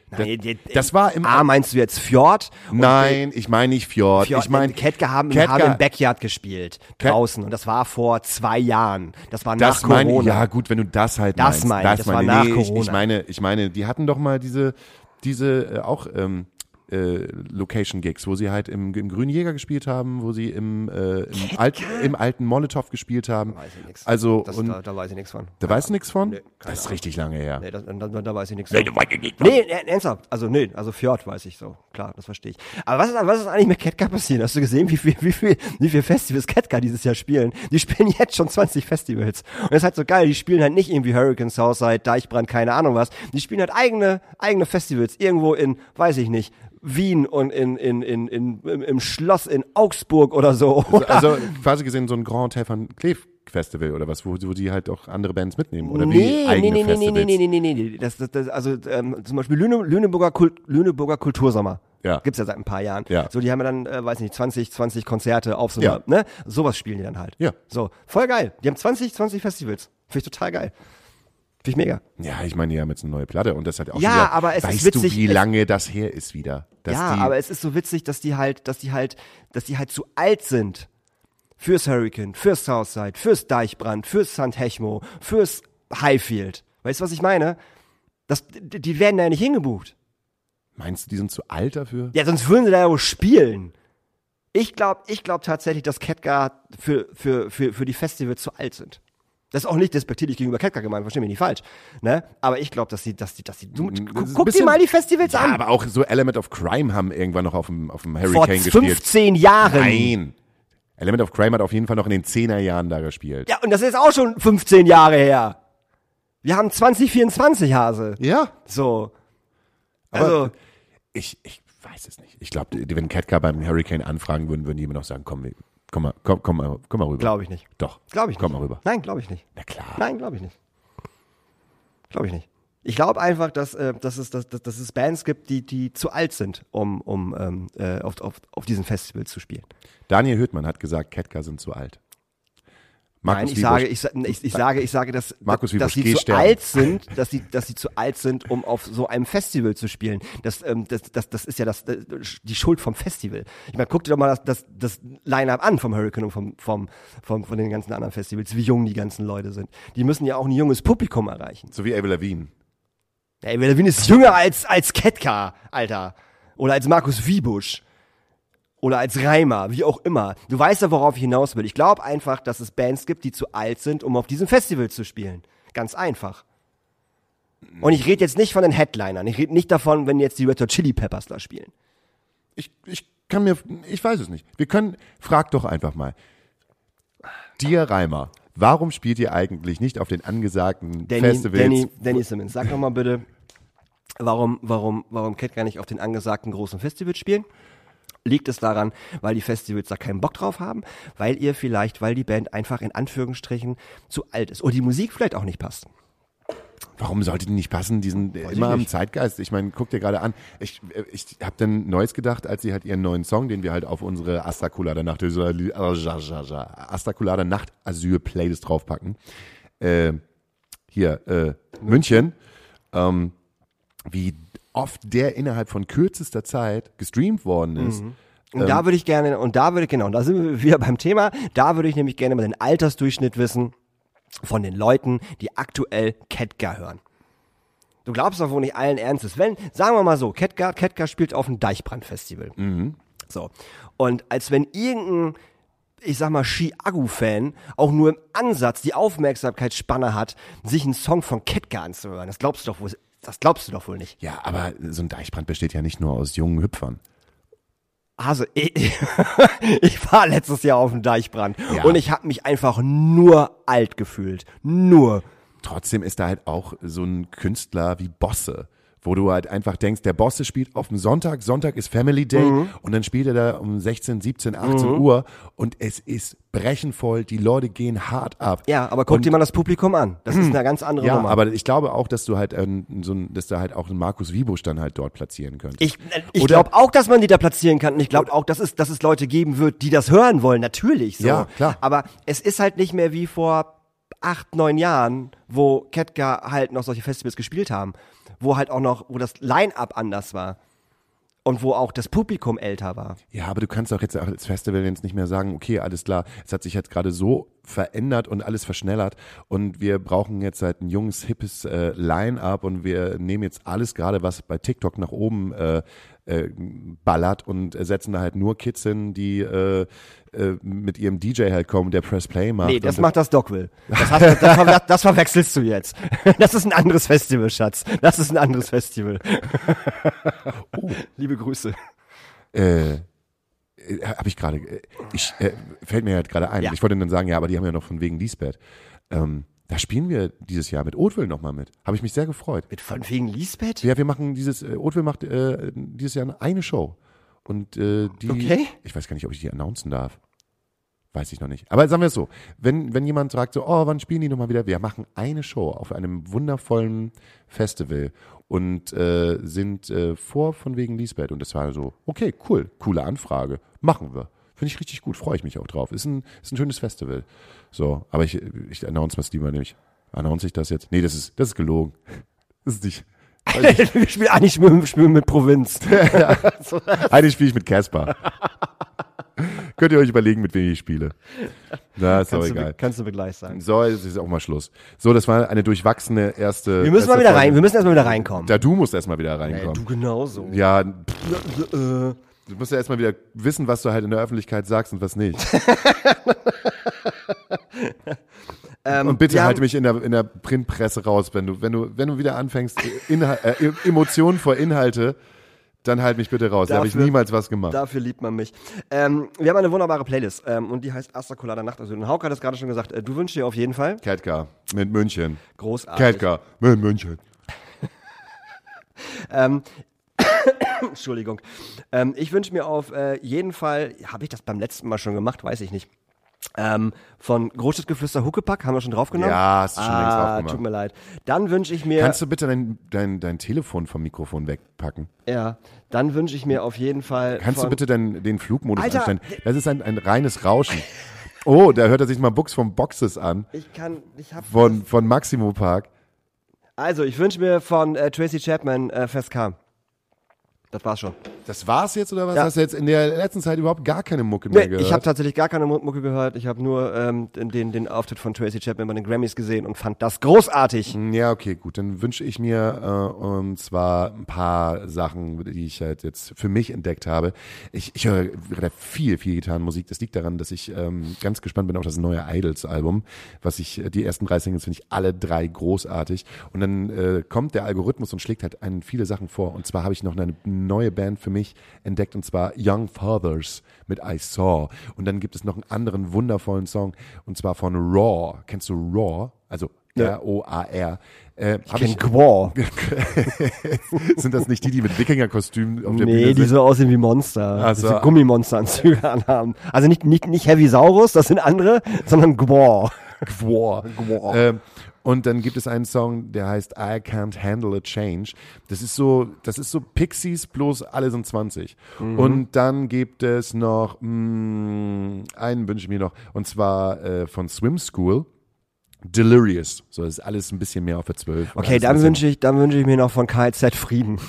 Nein, das, das war im A, meinst du jetzt Fjord? Und Nein, ich meine nicht Fjord. Fjord ich meine Ketka haben, Ketka, haben im Backyard gespielt, Ket- draußen. Und das war vor zwei Jahren. Das war das nach meine, Corona. ja gut, wenn du das halt Das meinst. meine ich, das war nach nee, ich, Corona. ich meine, ich meine, die hatten doch mal diese, diese äh, auch ähm, äh, Location-Gigs, wo sie halt im, im Grünen Jäger gespielt haben, wo sie im, äh, im, Alt, im alten Molotow gespielt haben. Da weiß ich nix. Also, Das, und, da, da weiß ich nichts von. da weißt du nichts von? Nee, keine das ist Ahnung. richtig lange her. Nee, das, da, da, da weiß ich nichts von. Nee, nee, ernsthaft. Also, nee, also Fjord weiß ich so. Klar, das verstehe ich. Aber was ist, was ist eigentlich mit Ketka passiert? Hast du gesehen, wie viel, wie viel, wie viel Festivals Ketka dieses Jahr spielen? Die spielen jetzt schon zwanzig Festivals. Und das ist halt so geil. Die spielen halt nicht irgendwie Hurricane, Southside, Deichbrand, keine Ahnung was. Die spielen halt eigene, eigene Festivals. Irgendwo in, weiß ich nicht, Wien und in, in, in, in, im, im Schloss in Augsburg oder so. Also, also quasi gesehen so ein Grand Hotel van Kleef Festival oder was, wo, wo die halt auch andere Bands mitnehmen oder wie Nee, nee, eigene nee, nee, nee, Festivals. nee, nee, nee, nee, nee. Das, das, das, also ähm, zum Beispiel Lüne, Lüneburger, Kult, Lüneburger Kultursommer. Ja. Gibt's ja seit ein paar Jahren. Ja. So, die haben ja dann, äh, weiß nicht, zwanzig, zwanzig Konzerte auf so Ja. einer, ne? Sowas spielen die dann halt. Ja. So, voll geil. Die haben zwanzig, zwanzig Festivals. Finde ich total geil. Finde ich mega. Ja, ich meine, die haben jetzt eine neue Platte und das hat auch Ja, schon wieder, aber es ist weißt witzig, du, wie es- lange das her ist wieder? Dass Ja, die, aber es ist so witzig, dass die halt, dass die halt, dass die halt zu alt sind. Fürs Hurricane, fürs Southside, fürs Deichbrand, fürs Sankt Hechmo, fürs Highfield. Weißt du, was ich meine? Das, die die werden da ja nicht hingebucht. Meinst du, die sind zu alt dafür? Ja, sonst würden sie da ja wohl spielen. Ich glaube ich glaub tatsächlich, dass Ketka für, für, für, für die Festivals zu alt sind. Das ist auch nicht despektierlich gegenüber Ketka gemeint, versteh mich nicht falsch. Ne? Aber ich glaube, dass sie, dass die, dass die, du, Das guck, ist ein guck dir bisschen- mal die Festivals Ja, an. aber auch so Element of Crime haben irgendwann noch auf dem, auf dem Vor Hurricane gespielt. fünfzehn Jahren. Nein. Element of Crime hat auf jeden Fall noch in den zehner Jahren da gespielt. Ja, und das ist auch schon fünfzehn Jahre her. Wir haben zwanzig vierundzwanzig, Hase. Ja. So. Aber Also, ich, ich weiß es nicht. Ich glaube, wenn Ketka beim Hurricane anfragen würden, würden die immer noch sagen, komm, wir- komm mal, komm, komm mal, komm mal rüber. glaube ich nicht. Doch. Glaube ich nicht. Komm mal rüber. Nein, glaube ich nicht. Na klar. Nein, glaube ich nicht. Glaube ich nicht. Ich glaube einfach, dass, äh, dass, es, dass, dass, dass es Bands gibt, die, die zu alt sind, um, um ähm, äh, auf, auf, auf diesen Festivals zu spielen. Daniel Höhtmann hat gesagt, Ketka sind zu alt. Nein, ich Wiebusch- sage, ich, sa- ich, ich sage, ich sage, dass, Markus dass Wiebusch, sie geh zu sterben. alt sind, dass sie, dass sie zu alt sind, um auf so einem Festival zu spielen. Das, ähm, das, das, das ist ja das, äh, die Schuld vom Festival. Ich meine, guck dir doch mal das, das, das Line-Up an vom Hurricane und vom, vom, vom, von den ganzen anderen Festivals, wie jung die ganzen Leute sind. Die müssen ja auch ein junges Publikum erreichen. So wie Avril Lavigne. Ja, Avril Lavigne ist jünger als, als Ketka, Alter. Oder als Markus Wiebusch. Oder als Reimer, wie auch immer. Du weißt ja, worauf ich hinaus will. Ich glaube einfach, dass es Bands gibt, die zu alt sind, um auf diesem Festival zu spielen. Ganz einfach. Und ich rede jetzt nicht von den Headlinern. Ich rede nicht davon, wenn jetzt die Red Hot Chili Peppers da spielen. Ich, ich kann mir, ich weiß es nicht. Wir können, frag doch einfach mal. Dir Reimer, warum spielt ihr eigentlich nicht auf den angesagten Danny, Festivals? Danny, Danny Simmons, sag doch mal bitte, warum, warum, warum Ketka nicht auf den angesagten großen Festivals spielen? Liegt es daran, weil die Festivals da keinen Bock drauf haben? Weil ihr vielleicht, weil die Band einfach in Anführungsstrichen zu alt ist. Oder die Musik vielleicht auch nicht passt. Warum sollte die nicht passen? Die sind Weiß immer ich am nicht. Zeitgeist. Ich meine, guck dir gerade an. Ich, ich habe dann Neues gedacht, als sie halt ihren neuen Song, den wir halt auf unsere Astaculada Nacht, Astaculada Nacht Asyl Playlist draufpacken. Äh, hier, äh, München. Ähm, wie oft der innerhalb von kürzester Zeit gestreamt worden ist. Und da würde ich gerne, und da würde ich, genau, und da sind wir wieder beim Thema, da würde ich nämlich gerne mal den Altersdurchschnitt wissen von den Leuten, die aktuell Ketka hören. Du glaubst doch wohl nicht allen Ernstes. Wenn, sagen wir mal so, Ketka, Ketka spielt auf dem Deichbrand-Festival. So. Und als wenn irgendein, ich sag mal, Chiago-Fan auch nur im Ansatz die Aufmerksamkeitsspanne hat, sich einen Song von Ketka anzuhören. Das glaubst du doch wohl, das glaubst du doch wohl nicht. Ja, aber so ein Deichbrand besteht ja nicht nur aus jungen Hüpfern. Also, ich, ich war letztes Jahr auf dem Deichbrand Ja. und ich habe mich einfach nur alt gefühlt. Nur. Trotzdem ist da halt auch so ein Künstler wie Bosse, wo du halt einfach denkst, der Bosse spielt auf dem Sonntag, Sonntag ist Family Day Mhm. und dann spielt er da um sechzehn, siebzehn, achtzehn Uhr und es ist brechenvoll, die Leute gehen hart ab. Ja, aber guck Und- dir mal das Publikum an. Das ist eine ganz andere Ja, Nummer. aber ich glaube auch, dass du halt ähm, so ein, dass da halt auch einen Markus Wiebusch dann halt dort platzieren könntest. ich ich Oder- glaube auch, dass man die da platzieren kann. Und ich glaube auch, dass es, dass es Leute geben wird, die das hören wollen. Natürlich. So. Ja, klar. Aber es ist halt nicht mehr wie vor acht, neun Jahren, wo Ketka halt noch solche Festivals gespielt haben. wo halt auch noch, wo das Line-Up anders war. Und wo auch das Publikum älter war. Ja, aber du kannst auch jetzt als Festival jetzt nicht mehr sagen, okay, alles klar, es hat sich jetzt gerade so verändert und alles verschnellert und wir brauchen jetzt halt ein junges, hippes äh, Line-Up und wir nehmen jetzt alles gerade, was bei TikTok nach oben äh, äh, ballert und setzen da halt nur Kids hin, die äh, äh, mit ihrem D J halt kommen, der Press Play macht. Nee, das und macht das Dogville. Das, hast, das, ver das verwechselst du jetzt. Das ist ein anderes Festival, Schatz. Das ist ein anderes Festival. Oh. Liebe Grüße. Äh, äh, habe ich gerade, äh, ich äh, fällt mir halt gerade ein. Ja. Ich wollte dann sagen, ja, aber die haben ja noch von wegen Lisbeth. Ähm, da spielen wir dieses Jahr mit Oatville nochmal mit. Habe ich mich sehr gefreut. Mit von wegen Lisbeth? Ja, wir machen dieses, äh, Oatville macht äh, dieses Jahr eine Show. Und äh, die, Okay. ich weiß gar nicht, ob ich die announcen darf. Weiß ich noch nicht. Aber sagen wir es so, wenn, wenn jemand sagt so, oh, wann spielen die nochmal wieder? Wir machen eine Show auf einem wundervollen Festival und äh, sind äh, vor von wegen Lisbeth. Und das war so, okay, cool, coole Anfrage, machen wir. Finde ich richtig gut, freue ich mich auch drauf. Ist ein, ist ein schönes Festival. So, aber ich, ich announce was lieber nämlich. Announce ich das jetzt? Nee, das ist, das ist gelogen. Das ist nicht. Wir spielen eigentlich spielen, spielen mit Provinz. Ja. Eigentlich spiele ich mit Casper. Könnt ihr euch überlegen, mit wem ich spiele. Na, ist doch Kannst egal. Du, kannst du mir gleich sagen. So, jetzt ist auch mal Schluss. So, das war eine durchwachsene erste. Wir müssen erste mal wieder Folge. rein. Wir müssen erstmal wieder reinkommen. Da du musst erstmal wieder Ey, reinkommen. du genauso. Ja, pff, du musst ja erstmal wieder wissen, was du halt in der Öffentlichkeit sagst und was nicht. Ähm, und bitte wir halte haben- mich in der, in der Printpresse raus, wenn du, wenn du, wenn du wieder anfängst, Inhal äh, Emotionen vor Inhalte, dann halt mich bitte raus. Da habe ich Dafür- niemals was gemacht. Dafür liebt man mich. Ähm, wir haben eine wunderbare Playlist ähm, und die heißt Asta Colada Nacht. Also den Hauke hat es gerade schon gesagt. Äh, du wünschst dir auf jeden Fall Ketka mit München. großartig. Ketka mit München. Ähm, Entschuldigung. Ähm, ich wünsche mir auf äh, jeden Fall, habe ich das beim letzten Mal schon gemacht, weiß ich nicht. Ähm, von Großstadtgeflüster Huckepack, haben wir schon draufgenommen? Ja, hast du schon längst ah, draufgemacht. Tut mir leid. Dann wünsche ich mir, Kannst du bitte dein, dein, dein Telefon vom Mikrofon wegpacken? ja, dann wünsche ich mir auf jeden Fall. Kannst von, du bitte dein, den Flugmodus Alter, einstellen? Das ist ein, ein reines Rauschen. Oh, da hört er sich mal Bux vom Boxes an. Ich kann, ich hab. Von, von Maximo Park. Also, ich wünsche mir von äh, Tracy Chapman äh, Fest K. Das war's schon. Das war's jetzt oder was? Ja. Hast du jetzt in der letzten Zeit überhaupt gar keine Mucke mehr Nee, gehört? ich habe tatsächlich gar keine Mu- Mucke gehört. Ich habe nur ähm, den, den, den Auftritt von Tracy Chapman bei den Grammys gesehen und fand das großartig. Ja, okay, gut. Dann wünsche ich mir äh, und zwar ein paar Sachen, die ich halt jetzt für mich entdeckt habe. Ich, ich höre relativ viel, viel Gitarrenmusik. Das liegt daran, dass ich ähm, ganz gespannt bin auf das neue Idols-Album. Was ich, die ersten drei Singles finde ich alle drei großartig. Und dann äh, kommt der Algorithmus und schlägt halt einen viele Sachen vor. Und zwar habe ich noch eine neue Band für mich entdeckt, und zwar Young Fathers mit I Saw. Und dann gibt es noch einen anderen wundervollen Song, und zwar von Raw. Kennst du Raw? Also Ja. R O A R. Äh, hab kenn Gwar. Sind das nicht die, die mit Wikinger-Kostümen auf der Nee, Bühne die sind? so aussehen wie Monster. Ach so. Diese Gummimonsteranzüge anhaben. Also nicht, nicht, nicht Heavy Saurus, das sind andere, sondern Gwar. Gwar. Gwar. Ähm, und dann gibt es einen Song, der heißt I Can't Handle a Change. Das ist so, das ist so Pixies, bloß alle sind zwanzig. Mhm. Und dann gibt es noch, mh, einen wünsche ich mir noch, und zwar äh, von Swim School. Delirious. So, das ist alles ein bisschen mehr auf der zwölf. Okay, dann wünsche ich, dann wünsche ich mir noch von K Z Frieden.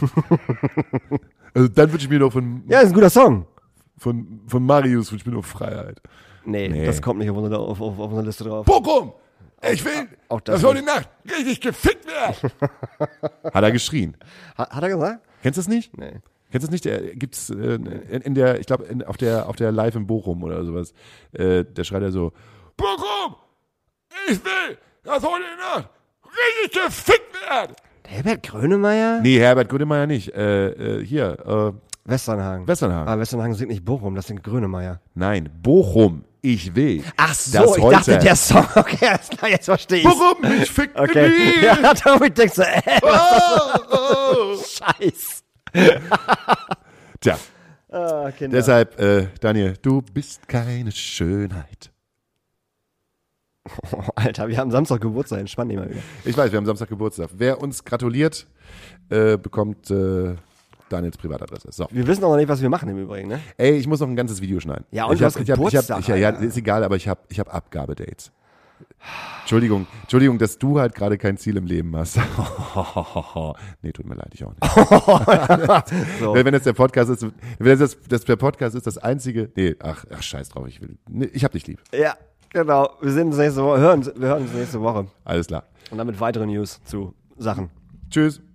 Also dann wünsche ich mir noch von, Ja, ist ein guter Song. von, von Marius wünsche ich mir noch Freiheit. Nee, Nee. das kommt nicht auf unsere, auf, auf, auf unsere Liste drauf. Bochum! Ich will, Auch das dass heute nicht. Nacht richtig gefickt wird! Hat er geschrien. Hat, hat er gesagt? Kennst du das nicht? Nee. Kennst du das nicht? Der gibt's äh, in, in der, ich glaube, auf der auf der Live in Bochum oder sowas. Äh, der schreit ja so: Bochum! Ich will, dass heute Nacht richtig gefickt wird! Herbert Grönemeyer? Nee, Herbert Grönemeyer nicht. Äh, äh, hier, äh, Westernhagen. Westernhagen. Ah, Westernhagen singt nicht Bochum, das singt Grönemeyer. Nein, Bochum. Ich will. Ach so, dass ich heute- dachte, der Song. Okay, alles klar, jetzt verstehe ich. Bochum, ich fick Okay. mich! Ja, darum ich denke so, äh, Oh, oh. Scheiß. Tja, Ah, Kinder. deshalb, äh, Daniel, du bist keine Schönheit. Oh, Alter, wir haben Samstag Geburtstag, entspann dich mal wieder. Ich weiß, wir haben Samstag Geburtstag. Wer uns gratuliert, äh, bekommt äh, Daniels Privatadresse. So. Wir wissen auch noch nicht, was wir machen im Übrigen, ne? Ey, ich muss noch ein ganzes Video schneiden. Ja, und ich du hab, hast ich hab, ich hab, Geburtstag, ich, ja, ja, Alter. ist egal, aber ich habe ich hab Abgabedates. Entschuldigung, Entschuldigung, dass du halt gerade kein Ziel im Leben hast. Nee, tut mir leid, ich auch nicht. So. Wenn wenn jetzt der Podcast ist, wenn das, das der Podcast ist, das einzige, nee, ach, ach scheiß drauf, ich will, nee, ich hab dich lieb. Ja, genau. Wir sehen uns nächste Woche, hören, wir hören uns nächste Woche. Alles klar. Und dann mit weiteren News zu Sachen. Tschüss.